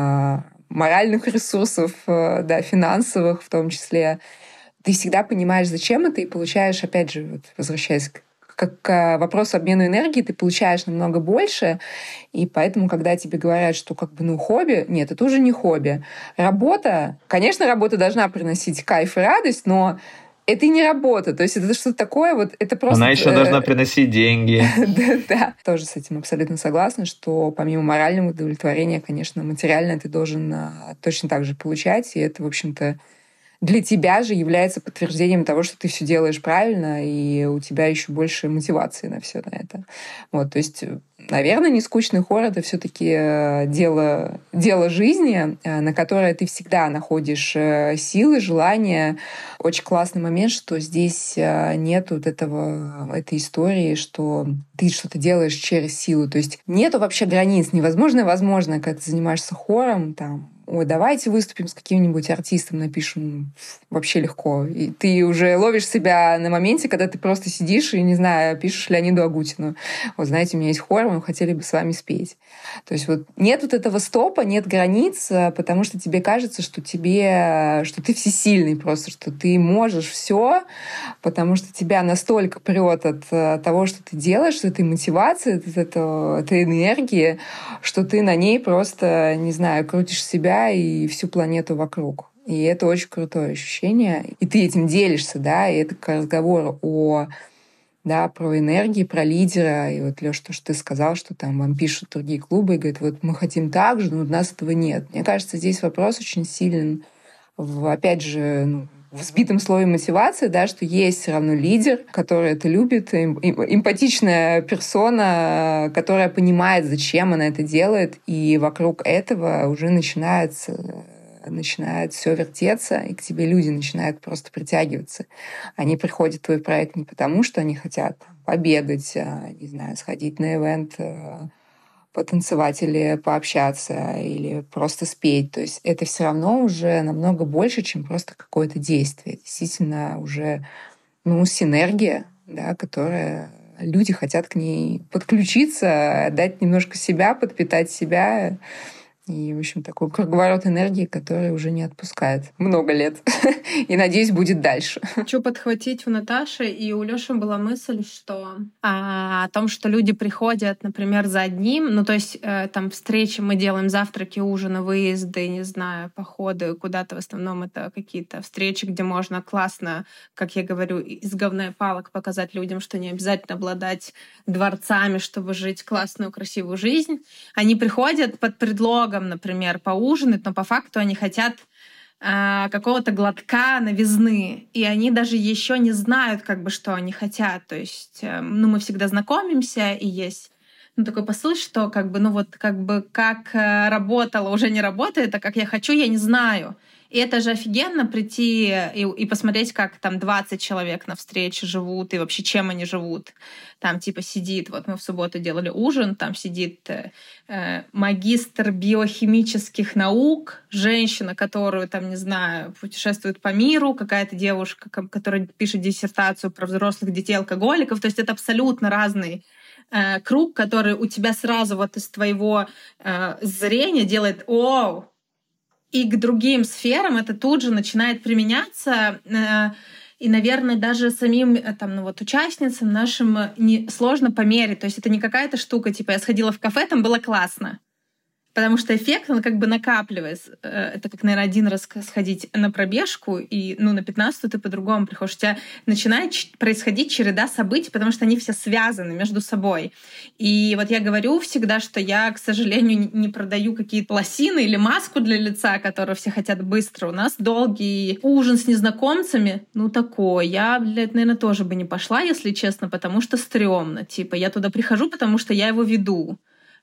моральных ресурсов, да, финансовых в том числе. Ты всегда понимаешь, зачем это, и получаешь, опять же, вот, возвращаясь к как к вопросу обмена энергии, ты получаешь намного больше, и поэтому, когда тебе говорят, что как бы, ну, хобби, нет, это уже не хобби. Работа, конечно, работа должна приносить кайф и радость, но это и не работа, то есть это что-то такое, вот это просто... Она еще должна приносить деньги. Да, да. Тоже с этим абсолютно согласна, что помимо морального удовлетворения, конечно, материально ты должен точно так же получать, и это, в общем-то, для тебя же является подтверждением того, что ты все делаешь правильно, и у тебя еще больше мотивации на все на это. Вот, то есть, наверное, нескучный хор — это все-таки дело, дело жизни, на которое ты всегда находишь силы, желания. Очень классный момент, что здесь нет вот этого, этой истории, что ты что-то делаешь через силу. То есть нету вообще границ. Невозможно, возможно, когда ты занимаешься хором, там, ой, давайте выступим с каким-нибудь артистом, напишем, вообще легко. И ты уже ловишь себя на моменте, когда ты просто сидишь и, не знаю, пишешь Леониду Агутину. Вот, знаете, у меня есть хор, мы хотели бы с вами спеть. То есть вот нет вот этого стопа, нет границ, потому что тебе кажется, что тебе, что ты всесильный просто, что ты можешь все, потому что тебя настолько прет от того, что ты делаешь, от этой мотивации, от этого, этой энергии, что ты на ней просто, не знаю, крутишь себя и всю планету вокруг. И это очень крутое ощущение. И ты этим делишься, да, и это разговор о, да, про энергии, про лидера. И вот, Лёш, то, что ты сказал, что там вам пишут другие клубы и говорят, вот мы хотим так же, но у нас этого нет. Мне кажется, здесь вопрос очень силен в, опять же, ну, в сбитом слое мотивации, да, что есть все равно лидер, который это любит, эм, эмпатичная персона, которая понимает, зачем она это делает, и вокруг этого уже начинается, начинает все вертеться, и к тебе люди начинают просто притягиваться. Они приходят в твой проект не потому, что они хотят побегать, не знаю, сходить на ивент, потанцевать или пообщаться, или просто спеть. То есть это все равно уже намного больше, чем просто какое-то действие. Действительно уже, ну, синергия, да, которая люди хотят к ней подключиться, дать немножко себя, подпитать себя. И, в общем, такой круговорот энергии, который уже не отпускает много лет. И, надеюсь, будет дальше. Хочу подхватить у Наташи, и у Лёши была мысль, что а, о том, что люди приходят, например, за одним, ну, то есть э, там встречи, мы делаем завтраки, ужины, выезды, не знаю, походы куда-то, в основном это какие-то встречи, где можно классно, как я говорю, из говна и палок показать людям, что не обязательно обладать дворцами, чтобы жить классную, красивую жизнь. Они приходят под предлогом, например, поужинать, но по факту они хотят э, какого-то глотка новизны, и они даже еще не знают, как бы, что они хотят. То есть, э, ну, мы всегда знакомимся, и есть ну, такой посыл, что как бы, ну вот, как бы, как э, работало, уже не работает, а как я хочу, я не знаю. И это же офигенно прийти и, и посмотреть, как там двадцать человек на встрече живут, и вообще чем они живут. Там типа сидит, вот мы в субботу делали ужин, там сидит э, магистр биохимических наук, женщина, которую там, не знаю, путешествует по миру, какая-то девушка, которая пишет диссертацию про взрослых детей-алкоголиков. То есть это абсолютно разный э, круг, который у тебя сразу вот из твоего э, зрения делает «Оу!». И к другим сферам это тут же начинает применяться. И, наверное, даже самим там, ну, вот, участницам нашим не, сложно померить. То есть это не какая-то штука, типа я сходила в кафе, там было классно. Потому что эффект, он как бы накапливается. Это как, наверное, один раз сходить на пробежку, и ну, на пятнадцатую ты по-другому приходишь. У тебя начинает происходить череда событий, потому что они все связаны между собой. И вот я говорю всегда, что я, к сожалению, не продаю какие-то лосины или маску для лица, которую все хотят быстро. У нас долгий ужин с незнакомцами, ну такой. Я, блядь, наверное, тоже бы не пошла, если честно, потому что стрёмно. Типа я туда прихожу, потому что я его веду.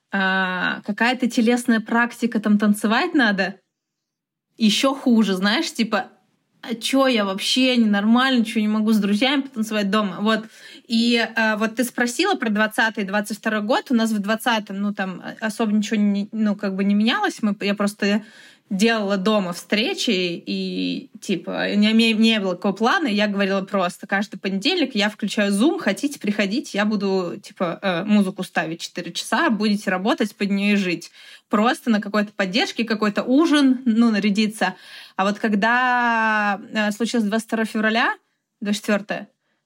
А, какая-то телесная практика, там танцевать надо, еще хуже, знаешь, типа, а чё я вообще ненормально, чё не могу с друзьями потанцевать дома, вот. И а, вот ты спросила про двадцатый двадцать второй год, у нас в двадцатом, ну, там особо ничего не, ну, как бы не менялось, мы, я просто делала дома встречи, и, типа, не, не было такого плана, и я говорила просто, каждый понедельник я включаю Zoom, хотите, приходите, я буду, типа, музыку ставить четыре часа, будете работать под нее и жить. Просто на какой-то поддержке, какой-то ужин, ну, нарядиться. А вот когда случилось двадцать второго февраля, двадцать четвёртого,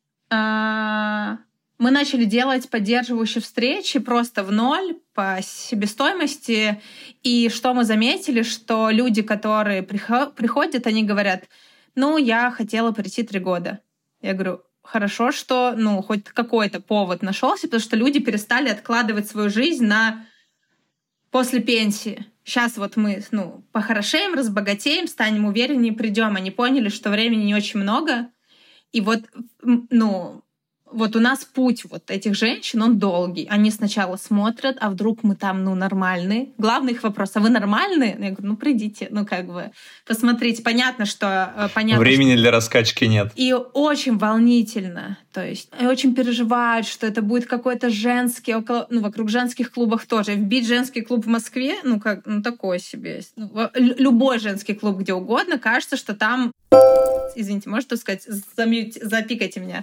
мы начали делать поддерживающие встречи просто в ноль по себестоимости. И что мы заметили, что люди, которые приходят, они говорят, ну, я хотела прийти три года. Я говорю, хорошо, что ну, хоть какой-то повод нашелся, потому что люди перестали откладывать свою жизнь на после пенсии. Сейчас вот мы ну, похорошеем, разбогатеем, станем увереннее, придем. Они поняли, что времени не очень много. И вот, ну, вот у нас путь вот этих женщин, он долгий. Они сначала смотрят, а вдруг мы там, ну, нормальные. Главный их вопрос, а вы нормальные? Я говорю, ну, придите, ну, как бы, посмотрите. Понятно, что... Понятно, Времени что... для раскачки нет. И очень волнительно. То есть и очень переживают, что это будет какой-то женский, около, ну, вокруг женских клубов тоже. Вбить женский клуб в Москве, ну, как, ну, такое себе. Ну, любой женский клуб где угодно, кажется, что там... Извините, можете сказать, замьють, запикайте меня.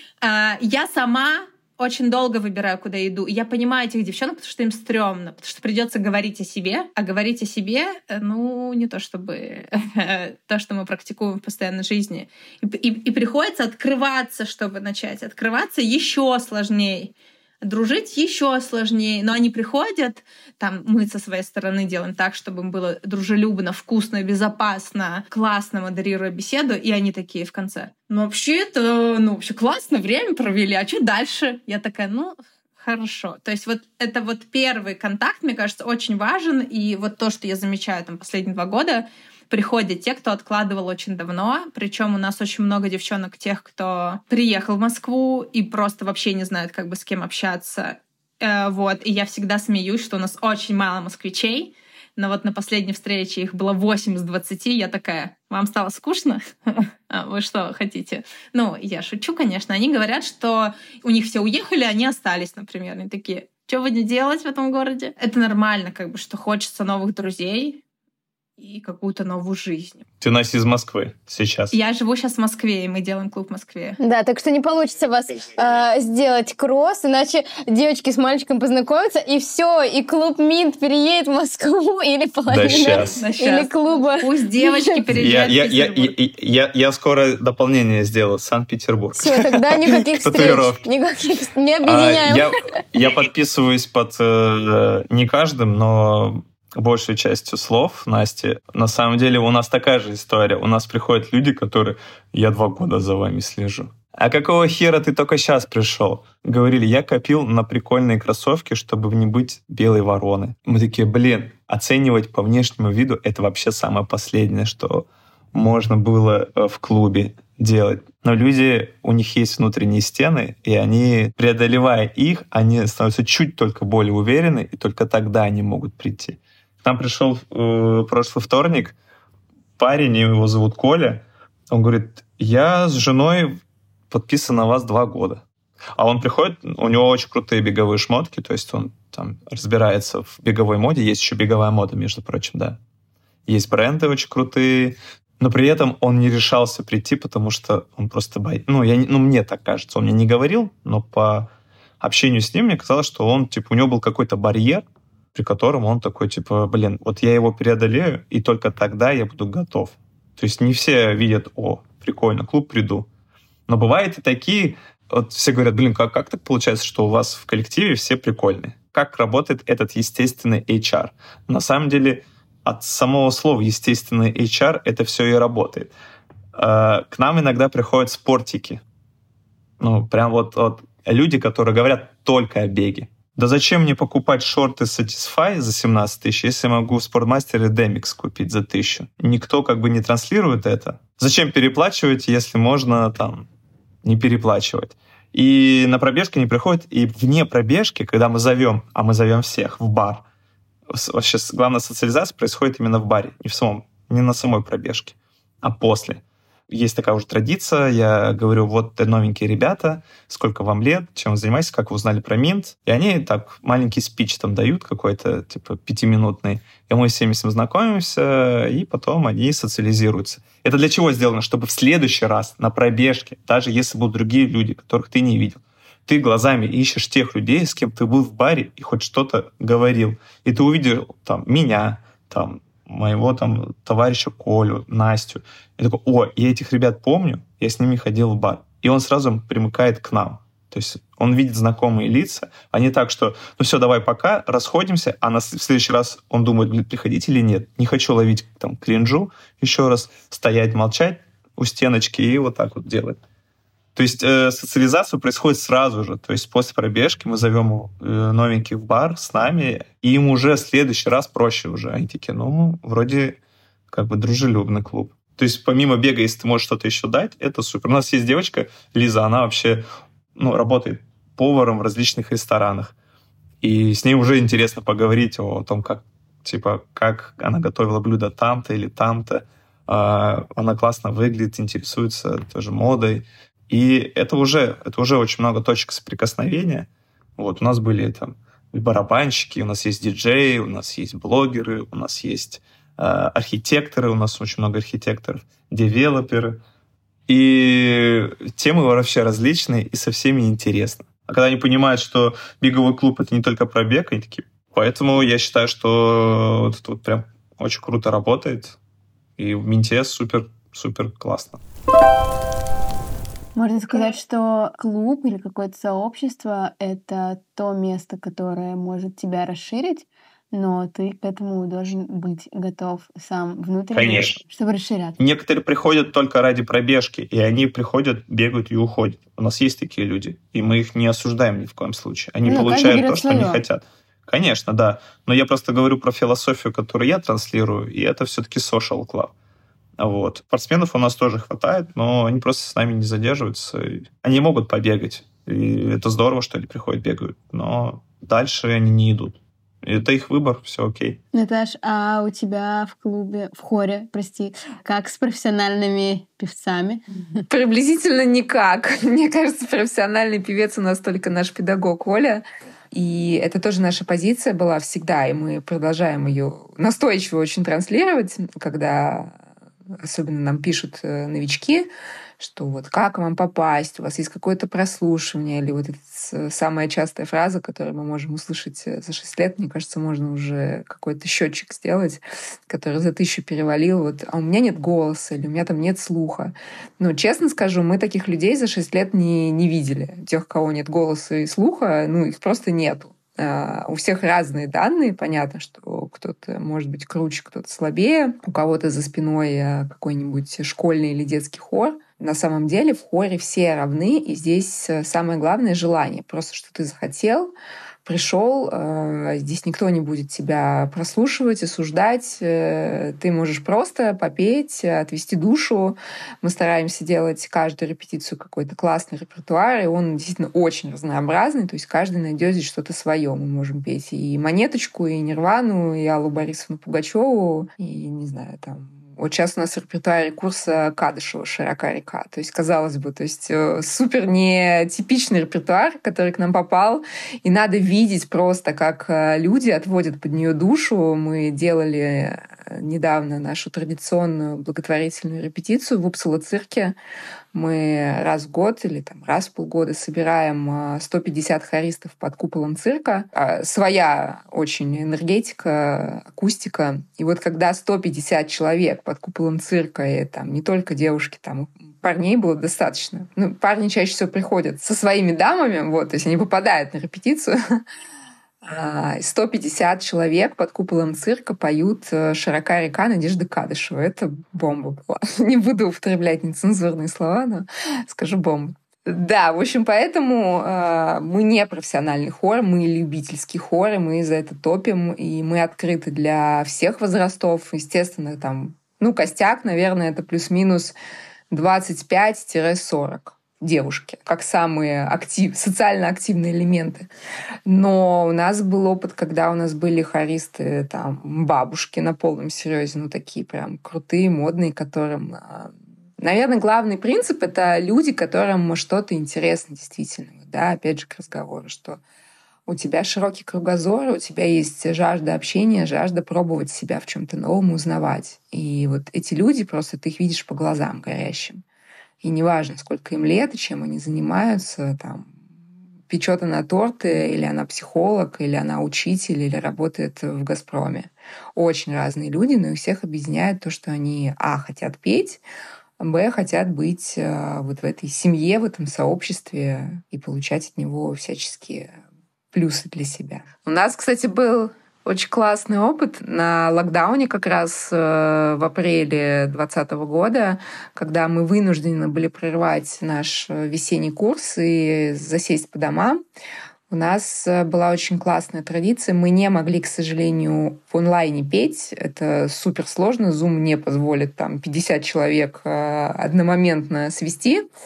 Я сама очень долго выбираю, куда иду. И я понимаю этих девчонок, потому что им стрёмно, потому что придется говорить о себе, а говорить о себе, ну, не то чтобы то, что мы практикуем в постоянной жизни. И, и, и приходится открываться, чтобы начать. Открываться еще сложнее. Дружить еще сложнее, но они приходят, там мы со своей стороны делаем так, чтобы им было дружелюбно, вкусно, безопасно, классно, модерируя беседу, и они такие в конце. Ну, вообще это, ну, вообще классно, время провели, а что дальше? Я такая, ну, хорошо. То есть вот это вот первый контакт, мне кажется, очень важен, и вот то, что я замечаю там последние два года, приходят те, кто откладывал очень давно. Причем у нас очень много девчонок, тех, кто приехал в Москву и просто вообще не знают, как бы с кем общаться. Э, вот. И я всегда смеюсь, что у нас очень мало москвичей. Но вот на последней встрече их было восемь из двадцати. Я такая, вам стало скучно? А вы что хотите? Ну, я шучу, конечно. Они говорят, что у них все уехали, они остались, например. Они такие, что будете делать в этом городе? Это нормально, как бы, что хочется новых друзей и какую-то новую жизнь. Ты у нас из Москвы сейчас. Я живу сейчас в Москве, и мы делаем клуб в Москве. Да, так что не получится вас э, сделать кросс, иначе девочки с мальчиком познакомятся, и все, и клуб Минт переедет в Москву, или половина, да сейчас. Да или сейчас. клуба. Пусть девочки переезжают я, в я, Петербург. я, я, я, я скоро дополнение сделаю. Санкт-Петербург. Все, тогда никаких встреч, никаких, не объединяем. А, я, я подписываюсь под э, не каждым, но большей частью слов Насти. На самом деле у нас такая же история. У нас приходят люди, которые «я два года за вами слежу». «А какого хера ты только сейчас пришел?» Говорили, я копил на прикольные кроссовки, чтобы не быть белой вороны. Мы такие, блин, оценивать по внешнему виду — это вообще самое последнее, что можно было в клубе делать. Но люди, у них есть внутренние стены, и они, преодолевая их, они становятся чуть только более уверены, и только тогда они могут прийти. К нам пришел э, прошлый вторник парень, его зовут Коля. Он говорит, я с женой подписан на вас два года. А он приходит, у него очень крутые беговые шмотки, то есть он там разбирается в беговой моде. Есть еще беговая мода, между прочим, да. Есть бренды очень крутые, но при этом он не решался прийти, потому что он просто боится. Ну, я, ну, мне так кажется, он мне не говорил, но по общению с ним мне казалось, что он, типа, у него был какой-то барьер, при котором он такой, типа, блин, вот я его преодолею, и только тогда я буду готов. То есть не все видят, о, прикольно, клуб приду. Но бывают и такие, вот все говорят, блин, как, как так получается, что у вас в коллективе все прикольные? Как работает этот естественный эйч ар? На самом деле, от самого слова естественный эйч ар это все и работает. К нам иногда приходят спортики. Ну, прям вот, вот люди, которые говорят только о беге. Да зачем мне покупать шорты Satisfy за семнадцать тысяч, если я могу в спортмастере Demix купить за тысячу? Никто как бы не транслирует это. Зачем переплачивать, если можно там не переплачивать? И на пробежке не приходят, и вне пробежки, когда мы зовем, а мы зовем всех в бар, вообще главная социализация происходит именно в баре, не в самом, не на самой пробежке, а после. Есть такая уже традиция, я говорю, вот новенькие ребята, сколько вам лет, чем вы занимаетесь, как вы узнали про Минт. И они так маленький спич там дают какой-то, типа, пятиминутный. И мы с ними с ним знакомимся, и потом они социализируются. Это для чего сделано? Чтобы в следующий раз на пробежке, даже если будут другие люди, которых ты не видел, ты глазами ищешь тех людей, с кем ты был в баре и хоть что-то говорил. И ты увидел там меня, там, моего там товарища Колю, Настю. Я такой, о, я этих ребят помню, я с ними ходил в бар. И он сразу примыкает к нам. То есть он видит знакомые лица, а не так, что ну все, давай пока, расходимся, а на в следующий раз он думает, блин, приходить или нет. Не хочу ловить там кринжу еще раз, стоять, молчать у стеночки и вот так вот делать. То есть э, социализация происходит сразу же. То есть после пробежки мы зовем э, новеньких в бар с нами, и им уже в следующий раз проще уже. Они такие, ну, вроде как бы дружелюбный клуб. То есть помимо бега, если ты можешь что-то еще дать, это супер. У нас есть девочка, Лиза, она вообще ну, работает поваром в различных ресторанах. И с ней уже интересно поговорить о том, как, типа, как она готовила блюдо там-то или там-то. Она классно выглядит, интересуется тоже модой. И это уже, это уже очень много точек соприкосновения. Вот, у нас были там барабанщики, у нас есть диджеи, у нас есть блогеры, у нас есть э, архитекторы, у нас очень много архитекторов, девелоперы. И темы вообще различные, и со всеми интересно. А когда они понимают, что беговой клуб — это не только про бег, они такие... Поэтому я считаю, что это вот прям очень круто работает. И в Минте супер-супер классно. Можно сказать, что клуб или какое-то сообщество — это то место, которое может тебя расширить, но ты к этому должен быть готов сам внутренне, Конечно. чтобы расширяться. Некоторые приходят только ради пробежки, и они приходят, бегают и уходят. У нас есть такие люди, и мы их не осуждаем ни в коем случае. Они ну, получают то, что свое. Они хотят. Конечно, да. Но я просто говорю про философию, которую я транслирую, и это все-таки social club. Вот. Спортсменов у нас тоже хватает, но они просто с нами не задерживаются. Они могут побегать, и это здорово, что они приходят, бегают, но дальше они не идут. Это их выбор, все окей. Наташ, а у тебя в клубе, в хоре, прости, как с профессиональными певцами? Приблизительно никак. Мне кажется, профессиональный певец у нас только наш педагог Оля. И это тоже наша позиция была всегда, и мы продолжаем ее настойчиво очень транслировать, когда особенно нам пишут новички, что вот как вам попасть, у вас есть какое-то прослушивание, или вот эта самая частая фраза, которую мы можем услышать за шесть лет, мне кажется, можно уже какой-то счетчик сделать, который за тысячу перевалил, вот, а у меня нет голоса, или у меня там нет слуха. Но, честно скажу, мы таких людей за шесть лет не, не видели. Тех, у кого нет голоса и слуха, ну, их просто нету. Uh, у всех разные данные. Понятно, что кто-то может быть круче, кто-то слабее. У кого-то за спиной какой-нибудь школьный или детский хор. На самом деле в хоре все равны, и здесь самое главное — желание. Просто что ты захотел, пришел, здесь никто не будет тебя прослушивать, осуждать. Ты можешь просто попеть, отвести душу. Мы стараемся делать каждую репетицию какой-то классный репертуар, и он действительно очень разнообразный, то есть каждый найдет здесь что-то свое. Мы можем петь и «Монеточку», и «Нирвану», и Аллу Борисовну Пугачеву, и, не знаю, там... Вот сейчас у нас в репертуаре курса Кадышева «Широка река». То есть, казалось бы, то есть супер нетипичный репертуар, который к нам попал. И надо видеть просто, как люди отводят под нее душу. Мы делали недавно нашу традиционную благотворительную репетицию в Упсала-цирке. Мы раз в год или там, раз в полгода собираем сто пятьдесят хористов под куполом цирка. Своя очень энергетика, акустика. И вот когда сто пятьдесят человек под куполом цирка, и там не только девушки, там парней было достаточно. Ну, парни чаще всего приходят со своими дамами, вот, то есть они попадают на репетицию. сто пятьдесят человек под куполом цирка поют «Широка река» Надежды Кадышевой. Это бомба была. Не буду употреблять нецензурные слова, но скажу бомба. Да, в общем, поэтому э, мы не профессиональный хор, мы любительский хор, и мы за это топим, и мы открыты для всех возрастов. Естественно, там, ну, костяк, наверное, это плюс-минус двадцать пять сорок. Девушки, как самые актив, социально активные элементы. Но у нас был опыт, когда у нас были хористы, там, бабушки на полном серьезе, ну, такие прям крутые, модные, которым... Наверное, главный принцип — это люди, которым что-то интересно действительно. Да, опять же, к разговору, что у тебя широкий кругозор, у тебя есть жажда общения, жажда пробовать себя в чем-то новом, узнавать. И вот эти люди, просто ты их видишь по глазам горящим. И неважно, сколько им лет и чем они занимаются, там, печет она торты, или она психолог, или она учитель, или работает в «Газпроме». Очень разные люди, но их всех объединяет то, что они, а, хотят петь, б, хотят быть вот в этой семье, в этом сообществе и получать от него всяческие плюсы для себя. У нас, кстати, был... очень классный опыт на локдауне как раз в апреле двадцатого года, когда мы вынуждены были прервать наш весенний курс и засесть по домам. У нас была очень классная традиция. Мы не могли, к сожалению, в онлайне петь. Это супер сложно. Zoom не позволит там пятьдесят человек одномоментно свести.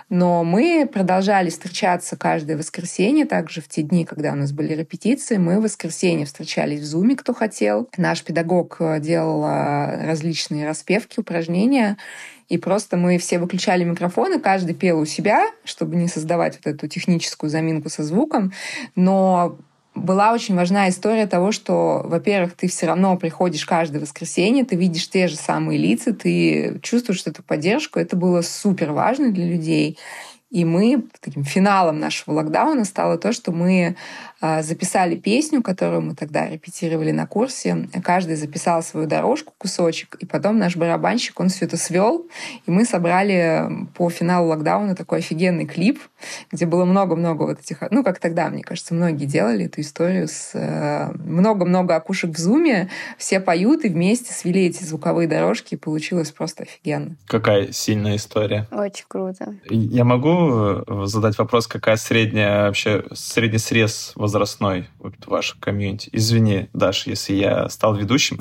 Но мы продолжали встречаться каждое воскресенье, также в те дни, когда у нас были репетиции. Мы в воскресенье встречались в Зуме, кто хотел. Наш педагог делал различные распевки, упражнения. И просто мы все выключали микрофоны, каждый пел у себя, чтобы не создавать вот эту техническую заминку со звуком. Но была очень важна история того, что, во-первых, ты все равно приходишь каждое воскресенье, ты видишь те же самые лица, ты чувствуешь эту поддержку. Это было супер важно для людей. И мы таким финалом нашего локдауна стало то, что мы записали песню, которую мы тогда репетировали на курсе. Каждый записал свою дорожку, кусочек, и потом наш барабанщик, он все это свел, и мы собрали по финалу локдауна такой офигенный клип, где было много-много вот этих... Ну, как тогда, мне кажется, многие делали эту историю с много-много окушек в зуме, все поют и вместе свели эти звуковые дорожки, и получилось просто офигенно. Какая сильная история. Очень круто. Я могу задать вопрос, какая средняя вообще, средний срез возрастной вот, в вашем комьюнити? Извини, Даш, если я стал ведущим.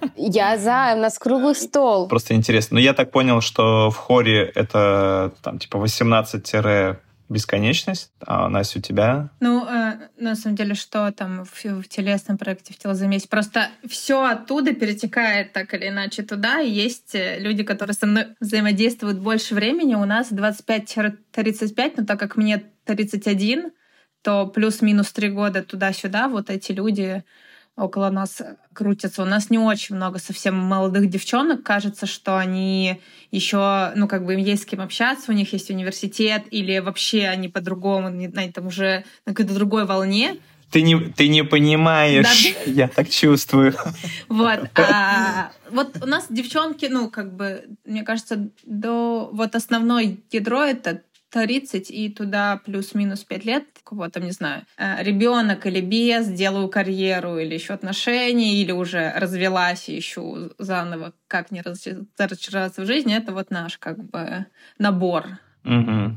Я за, у нас круглый стол. Просто интересно. Но я так понял, что в хоре это там типа восемнадцать бесконечность, а Настя, у тебя? Ну, э, на самом деле, что там в, в телесном проекте, в телозамесе? Просто все оттуда перетекает так или иначе туда, и есть люди, которые со мной взаимодействуют больше времени. У нас двадцать пять тридцать пять, но так как мне тридцать один, то плюс-минус три года туда-сюда вот эти люди около нас крутятся. У нас не очень много совсем молодых девчонок. Кажется, что они еще, ну, как бы им есть с кем общаться, у них есть университет, или вообще они по-другому, на этом уже на какой-то другой волне. Ты не, ты не понимаешь, да, я так чувствую. Вот. А, вот у нас девчонки, ну, как бы, мне кажется, до вот основной ядро — это тридцать и туда плюс-минус пять лет, кого там, не знаю, ребенок или без, делаю карьеру или еще отношения, или уже развелась и ищу заново, как не разочароваться в жизни. Это вот наш как бы набор. Угу.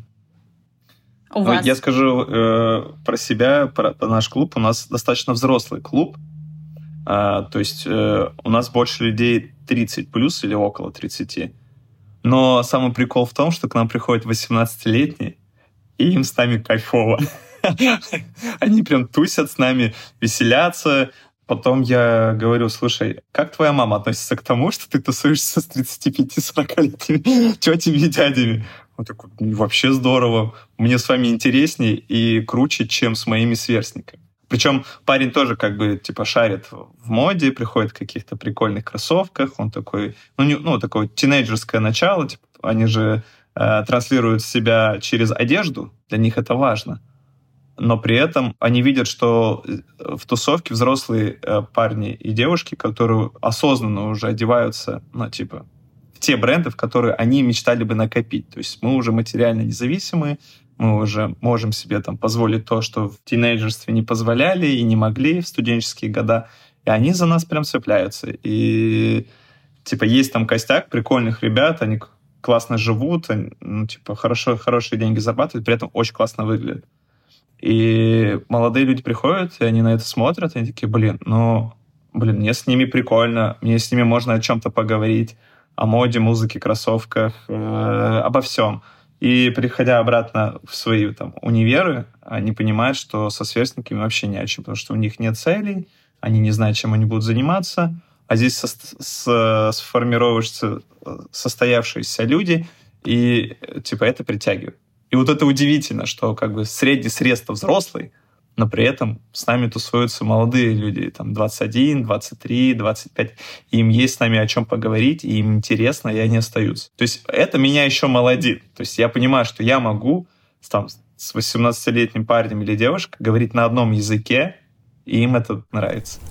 У вас? Я скажу э, про себя, про, про наш клуб. У нас достаточно взрослый клуб. А, то есть э, у нас больше людей тридцать плюс или около тридцати. Но самый прикол в том, что к нам приходят восемнадцатилетние, и им с нами кайфово. Они прям тусят с нами, веселятся. Потом я говорю: слушай, как твоя мама относится к тому, что ты тусуешься с тридцати пяти сорокалетними тетями и дядями? Он такой: вообще здорово. Мне с вами интереснее и круче, чем с моими сверстниками. Причем парень тоже как бы типа шарит в моде, приходит в каких-то прикольных кроссовках. Он такой, ну, не, ну такое тинейджерское начало. Типа, они же э, транслируют себя через одежду. Для них это важно. Но при этом они видят, что в тусовке взрослые э, парни и девушки, которые осознанно уже одеваются, ну, типа, в те бренды, в которые они мечтали бы накопить. То есть мы уже материально независимые, мы уже можем себе там позволить то, что в тинейджерстве не позволяли и не могли в студенческие года. И они за нас прям цепляются. И типа есть там костяк прикольных ребят, они классно живут, они, ну, типа хорошо, хорошие деньги зарабатывают, при этом очень классно выглядят. И молодые люди приходят, и они на это смотрят, и они такие: блин, ну, блин, мне с ними прикольно, мне с ними можно о чем-то поговорить, о моде, музыке, кроссовках, э, обо всем. И приходя обратно в свои там универы, они понимают, что со сверстниками вообще не о чем, потому что у них нет целей, они не знают, чем они будут заниматься, а здесь со- со- сформируются состоявшиеся люди, и типа это притягивает. И вот это удивительно, что как бы средний срез-то взрослый, но при этом с нами тусуются молодые люди, там двадцать один, двадцать три, двадцать пять, и им есть с нами о чем поговорить, и им интересно, и они остаются. То есть это меня еще молодит. То есть я понимаю, что я могу там, с восемнадцатилетним парнем или девушкой говорить на одном языке, и им это нравится.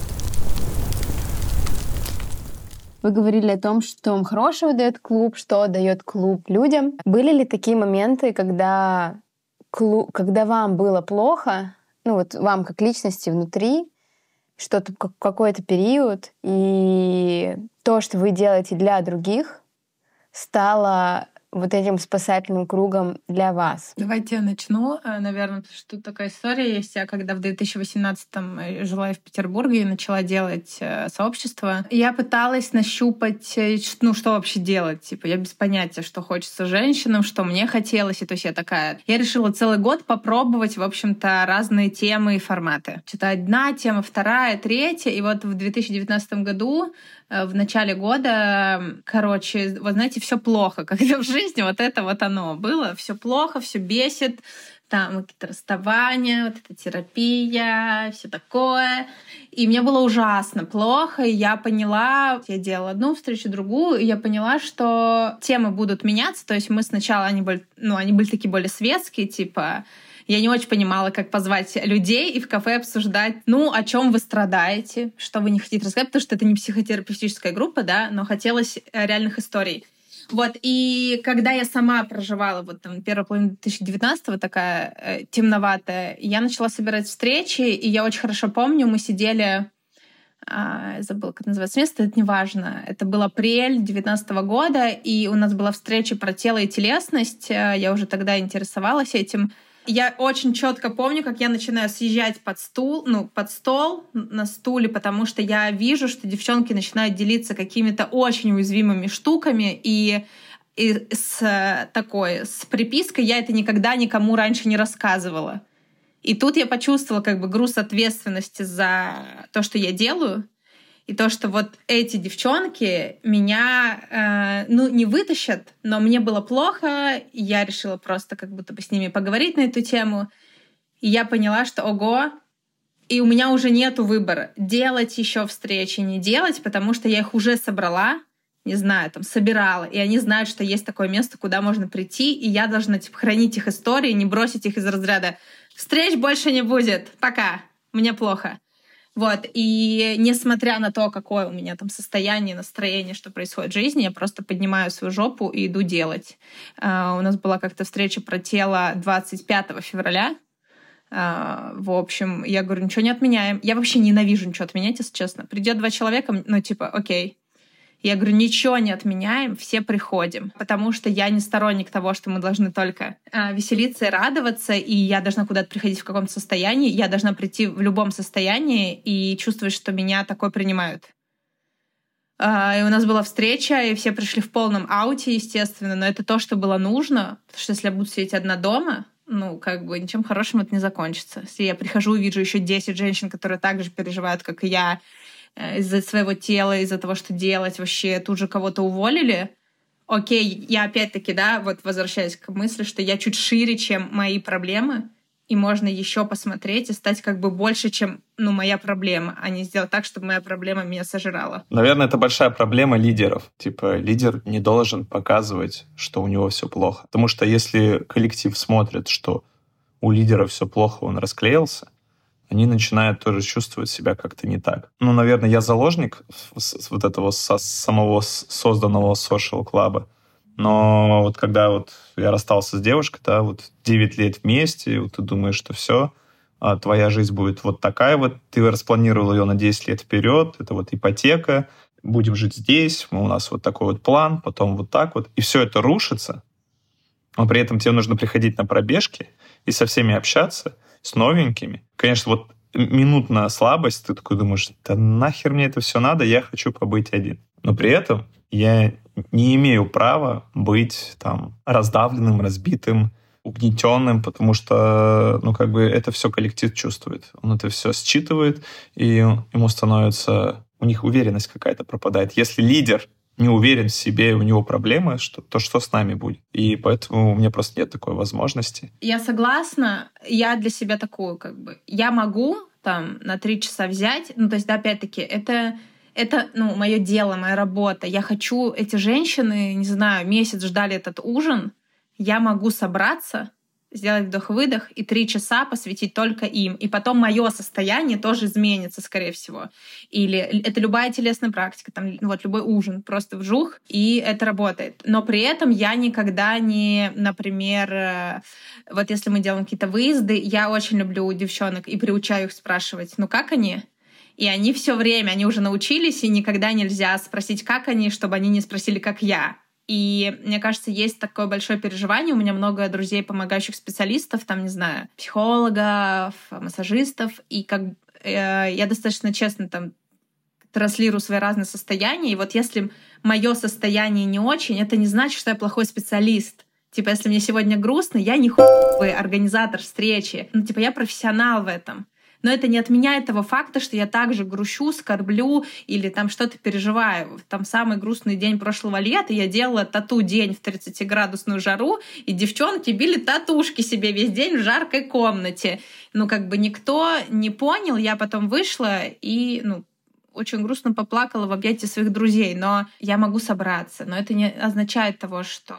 Вы говорили о том, что вам хорошего дает клуб, что дает клуб людям. Были ли такие моменты, когда, клуб, когда вам было плохо, ну вот вам как личности внутри, что-то какой-то период, и то, что вы делаете для других, стало вот этим спасательным кругом для вас? Давайте я начну, наверное, потому что тут такая история есть. Я когда в две тысячи восемнадцатом жила в Петербурге и начала делать сообщество, я пыталась нащупать, ну, что вообще делать. Типа, я без понятия, что хочется женщинам, что мне хотелось. И то есть я такая... Я решила целый год попробовать, в общем-то, разные темы и форматы. Что-то одна тема, вторая, третья. И вот в две тысячи девятнадцатом году, в начале года, короче, вы знаете, все плохо, когда в жизни вот это вот оно было. Все плохо, все бесит, там какие-то расставания, вот эта терапия, все такое. И мне было ужасно плохо, и я поняла, я делала одну встречу, другую, и я поняла, что темы будут меняться. То есть мы сначала, они были, ну, они были такие более светские, типа... Я не очень понимала, как позвать людей и в кафе обсуждать, ну, о чем вы страдаете, что вы не хотите рассказать, потому что это не психотерапевтическая группа, да, но хотелось реальных историй. Вот, и когда я сама проживала вот там первую половину две тысячи девятнадцатого, такая э, темноватая, я начала собирать встречи, и я очень хорошо помню, мы сидели... Я забыла, как называется место, это не важно. Это был апрель две тысячи девятнадцатого года, и у нас была встреча про тело и телесность. Я уже тогда интересовалась этим. Я очень четко помню, как я начинаю съезжать под стул, ну, под стол на стуле, потому что я вижу, что девчонки начинают делиться какими-то очень уязвимыми штуками, и, и с такой, с припиской я это никогда никому раньше не рассказывала. И тут я почувствовала как бы груз ответственности за то, что я делаю, и то, что вот эти девчонки меня, э, ну, не вытащат, но мне было плохо, и я решила просто как будто бы с ними поговорить на эту тему. И я поняла, что ого, и у меня уже нету выбора, делать еще встречи, не делать, потому что я их уже собрала, не знаю, там, собирала, и они знают, что есть такое место, куда можно прийти, и я должна, типа, хранить их истории, не бросить их из разряда «Встреч больше не будет, пока, мне плохо». Вот, и несмотря на то, какое у меня там состояние, настроение, что происходит в жизни, я просто поднимаю свою жопу и иду делать. Uh, у нас была как-то встреча про тело двадцать пятого февраля. Uh, в общем, я говорю, ничего не отменяем. Я вообще ненавижу ничего отменять, если честно. Придет два человека, ну типа, окей. Я говорю, ничего не отменяем, все приходим. Потому что я не сторонник того, что мы должны только э, веселиться и радоваться, и я должна куда-то приходить в каком-то состоянии. Я должна прийти в любом состоянии и чувствовать, что меня такое принимают. Э, и у нас была встреча, и все пришли в полном ауте, естественно, но это то, что было нужно. Потому что если я буду сидеть одна дома, ну, как бы ничем хорошим это не закончится. Если я прихожу и вижу еще десять женщин, которые так же переживают, как и я, из-за своего тела, из-за того, что делать, вообще тут же кого-то уволили. Окей, я опять-таки, да, вот возвращаюсь к мысли, что я чуть шире, чем мои проблемы, и можно еще посмотреть и стать как бы больше, чем, ну, моя проблема, а не сделать так, чтобы моя проблема меня сожрала. Наверное, это большая проблема лидеров. Типа, лидер не должен показывать, что у него все плохо. Потому что если коллектив смотрит, что у лидера все плохо, он расклеился, они начинают тоже чувствовать себя как-то не так. Ну, наверное, я заложник вот этого самого созданного social клаба. Но вот когда вот я расстался с девушкой, да, вот девять лет вместе, вот ты думаешь, что все, твоя жизнь будет вот такая вот, ты распланировал ее на десять лет вперед, это вот ипотека, будем жить здесь, у нас вот такой вот план, потом вот так вот, и все это рушится, но при этом тебе нужно приходить на пробежки и со всеми общаться, с новенькими. Конечно, вот минутная слабость, ты такой думаешь, да нахер мне это все надо, я хочу побыть один. Но при этом я не имею права быть там раздавленным, разбитым, угнетенным, потому что, ну, как бы это все коллектив чувствует. Он это все считывает, и ему становится... У них уверенность какая-то пропадает. Если лидер не уверен в себе, у него проблемы, что, то что с нами будет? И поэтому у меня просто нет такой возможности. Я согласна. Я для себя такую, как бы, я могу там на три часа взять, ну, то есть, да, опять-таки, это, это, ну, мое дело, моя работа. Я хочу, эти женщины, не знаю, месяц ждали этот ужин, я могу собраться, сделать вдох-выдох и три часа посвятить только им. И потом мое состояние тоже изменится, скорее всего. Или это любая телесная практика, там, вот любой ужин, просто вжух, и это работает. Но при этом я никогда не, например, вот если мы делаем какие-то выезды, я очень люблю девчонок и приучаю их спрашивать, ну как они? И они все время, они уже научились, и никогда нельзя спросить, как они, чтобы они не спросили, как я. И мне кажется, есть такое большое переживание. У меня много друзей, помогающих специалистов, там, не знаю, психологов, массажистов. И как э, я достаточно честно там транслирую свои разные состояния. И вот если мое состояние не очень, это не значит, что я плохой специалист. Типа, если мне сегодня грустно, я не хуй организатор встречи. Ну, типа, я профессионал в этом. Но это не отменяет того факта, что я также грущу, скорблю или там что-то переживаю. Там самый грустный день прошлого лета я делала тату-день в тридцатиградусную жару, и девчонки били татушки себе весь день в жаркой комнате. Ну, как бы никто не понял. Я потом вышла и, ну, очень грустно поплакала в объятии своих друзей, но я могу собраться. Но это не означает того, что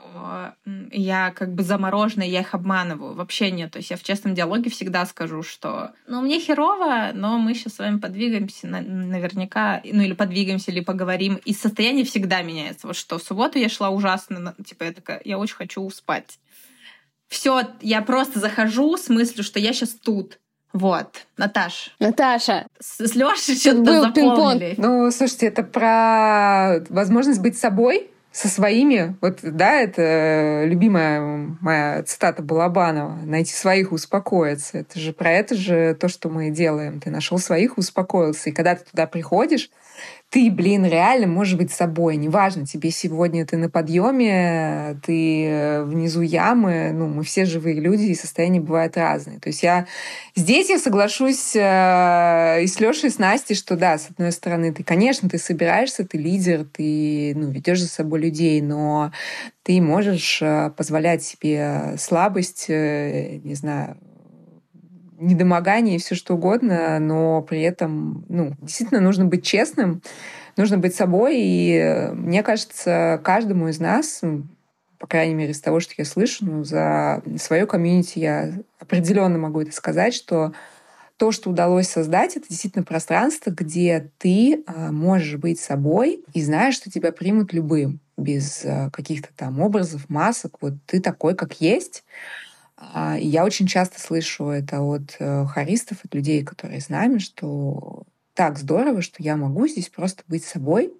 я как бы замороженная, я их обманываю. Вообще нет. То есть я в честном диалоге всегда скажу, что ну, мне херово, но мы сейчас с вами подвигаемся наверняка, ну или подвигаемся, или поговорим. И состояние всегда меняется. Вот что в субботу я шла ужасно, типа я такая, я очень хочу спать. Все, я просто захожу с мыслью, что я сейчас тут. Вот, Наташ. Наташа. С, с Лёшей что-то заполнили. Ну, слушайте, это про возможность быть собой, со своими. Вот, да, это любимая моя цитата Балабанова. Найти своих, успокоиться. Это же про это же то, что мы делаем. Ты нашел своих, успокоился. И когда ты туда приходишь, ты, блин, реально можешь быть собой. Неважно, тебе сегодня ты на подъеме, ты внизу ямы. Ну, мы все живые люди, и состояния бывают разные. То есть я здесь я соглашусь э, и с Лёшей, и с Настей, что да, с одной стороны, ты, конечно, ты собираешься, ты лидер, ты ну, ведешь за собой людей, но ты можешь позволять себе слабость, э, не знаю, недомогание и все что угодно, но при этом ну, действительно нужно быть честным, нужно быть собой. И мне кажется, каждому из нас, по крайней мере, из того, что я слышу, ну, за свое комьюнити я определенно могу это сказать, что то, что удалось создать, это действительно пространство, где ты можешь быть собой и знаешь, что тебя примут любым, без каких-то там образов, масок. Вот ты такой, как есть. И я очень часто слышу это от хористов, от людей, которые с нами, что так здорово, что я могу здесь просто быть собой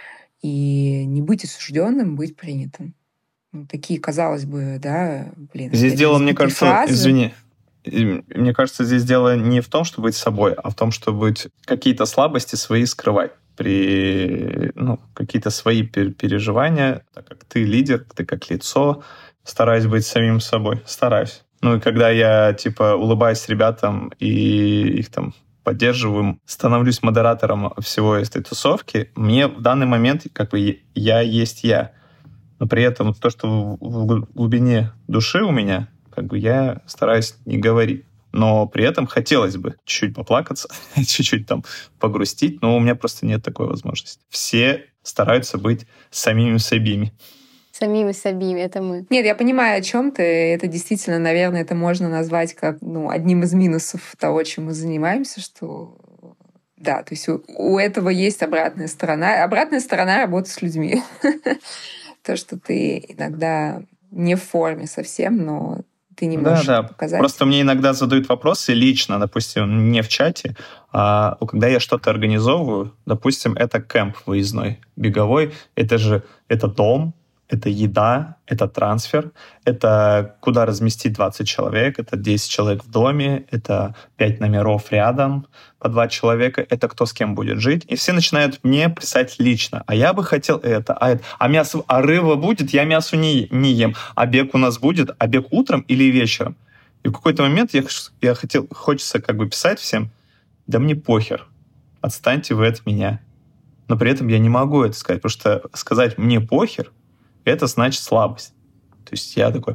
и не быть осужденным, быть принятым. Ну, такие, казалось бы, да, блин. Здесь дело, мне кажется, фразы. извини, мне кажется, здесь дело не в том, чтобы быть собой, а в том, чтобы какие-то слабости свои скрывать. При ну, какие-то свои переживания, так как ты лидер, ты как лицо, стараюсь быть самим собой, стараюсь. Ну и когда я, типа, улыбаюсь ребятам и их там поддерживаю, становлюсь модератором всего этой тусовки, мне в данный момент как бы я есть я. Но при этом то, что в глубине души у меня, как бы я стараюсь не говорить. Но при этом хотелось бы чуть-чуть поплакаться, чуть-чуть там погрустить, но у меня просто нет такой возможности. Все стараются быть самими собими. Самими собими, это мы. Нет, я понимаю, о чем ты. Это действительно, наверное, это можно назвать как ну, одним из минусов того, чем мы занимаемся, что да, то есть у, у этого есть обратная сторона. Обратная сторона работы с людьми. То, что ты иногда не в форме совсем, но ты не можешь да, да. показать. Просто мне иногда задают вопросы лично, допустим, не в чате, а когда я что-то организовываю, допустим, это кемп выездной, беговой, это же это дом, это еда, это трансфер, это куда разместить двадцать человек, это десять человек в доме, это пять номеров рядом по два человека, это кто с кем будет жить. И все начинают мне писать лично. А я бы хотел это, а это. А мясо, а рыба будет? Я мясо не, не ем. А бег у нас будет? А бег утром или вечером? И в какой-то момент я, я хотел, хочется как бы писать всем, да мне похер, отстаньте вы от меня. Но при этом я не могу это сказать, потому что сказать «мне похер» это значит слабость. То есть я такой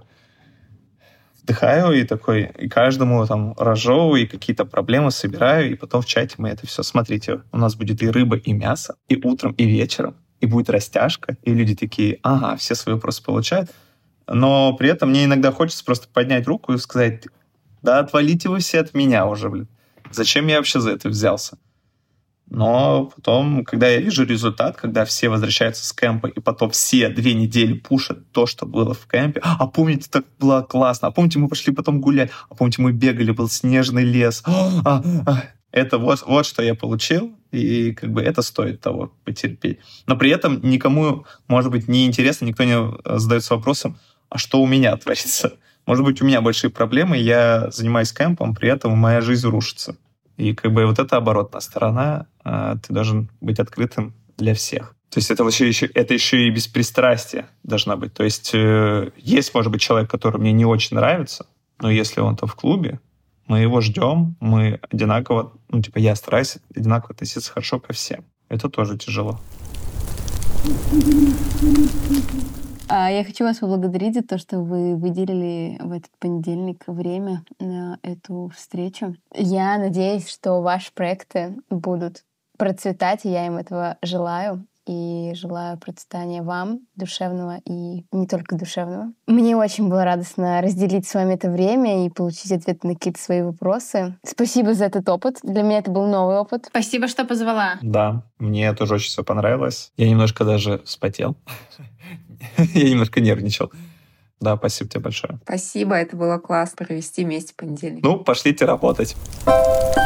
вдыхаю и такой, и каждому там разжевываю, и какие-то проблемы собираю, и потом в чате мы это все. Смотрите, у нас будет и рыба, и мясо, и утром, и вечером, и будет растяжка, и люди такие, ага, все свои вопросы получают. Но при этом мне иногда хочется просто поднять руку и сказать, да отвалите вы все от меня уже, блин. Зачем я вообще за это взялся? Но потом, когда я вижу результат, когда все возвращаются с кемпа, и потом все две недели пушат то, что было в кемпе. А помните, так было классно. А помните, мы пошли потом гулять. А помните, мы бегали, был снежный лес. А, а. это вот, вот что я получил, и как бы это стоит того потерпеть. Но при этом никому, может быть, не интересно, никто не задается вопросом, а что у меня творится? Может быть, у меня большие проблемы, я занимаюсь кемпом, при этом моя жизнь рушится. И как бы вот эта оборотная сторона, ты должен быть открытым для всех. То есть это вообще еще, это еще и беспристрастие должна быть. То есть э, есть, может быть, человек, который мне не очень нравится, но если он-то в клубе, мы его ждем, мы одинаково, ну, типа, я стараюсь одинаково относиться хорошо ко всем. Это тоже тяжело. Я хочу вас поблагодарить за то, что вы выделили в этот понедельник время на эту встречу. Я надеюсь, что ваши проекты будут процветать, и я им этого желаю. И желаю процветания вам, душевного и не только душевного. Мне очень было радостно разделить с вами это время и получить ответы на какие-то свои вопросы. Спасибо за этот опыт. Для меня это был новый опыт. Спасибо, что позвала. Да, мне тоже очень все понравилось. Я немножко даже вспотел. Я немножко нервничал. Да, спасибо тебе большое. Спасибо, это было классно провести вместе понедельник. Ну, пошлите работать.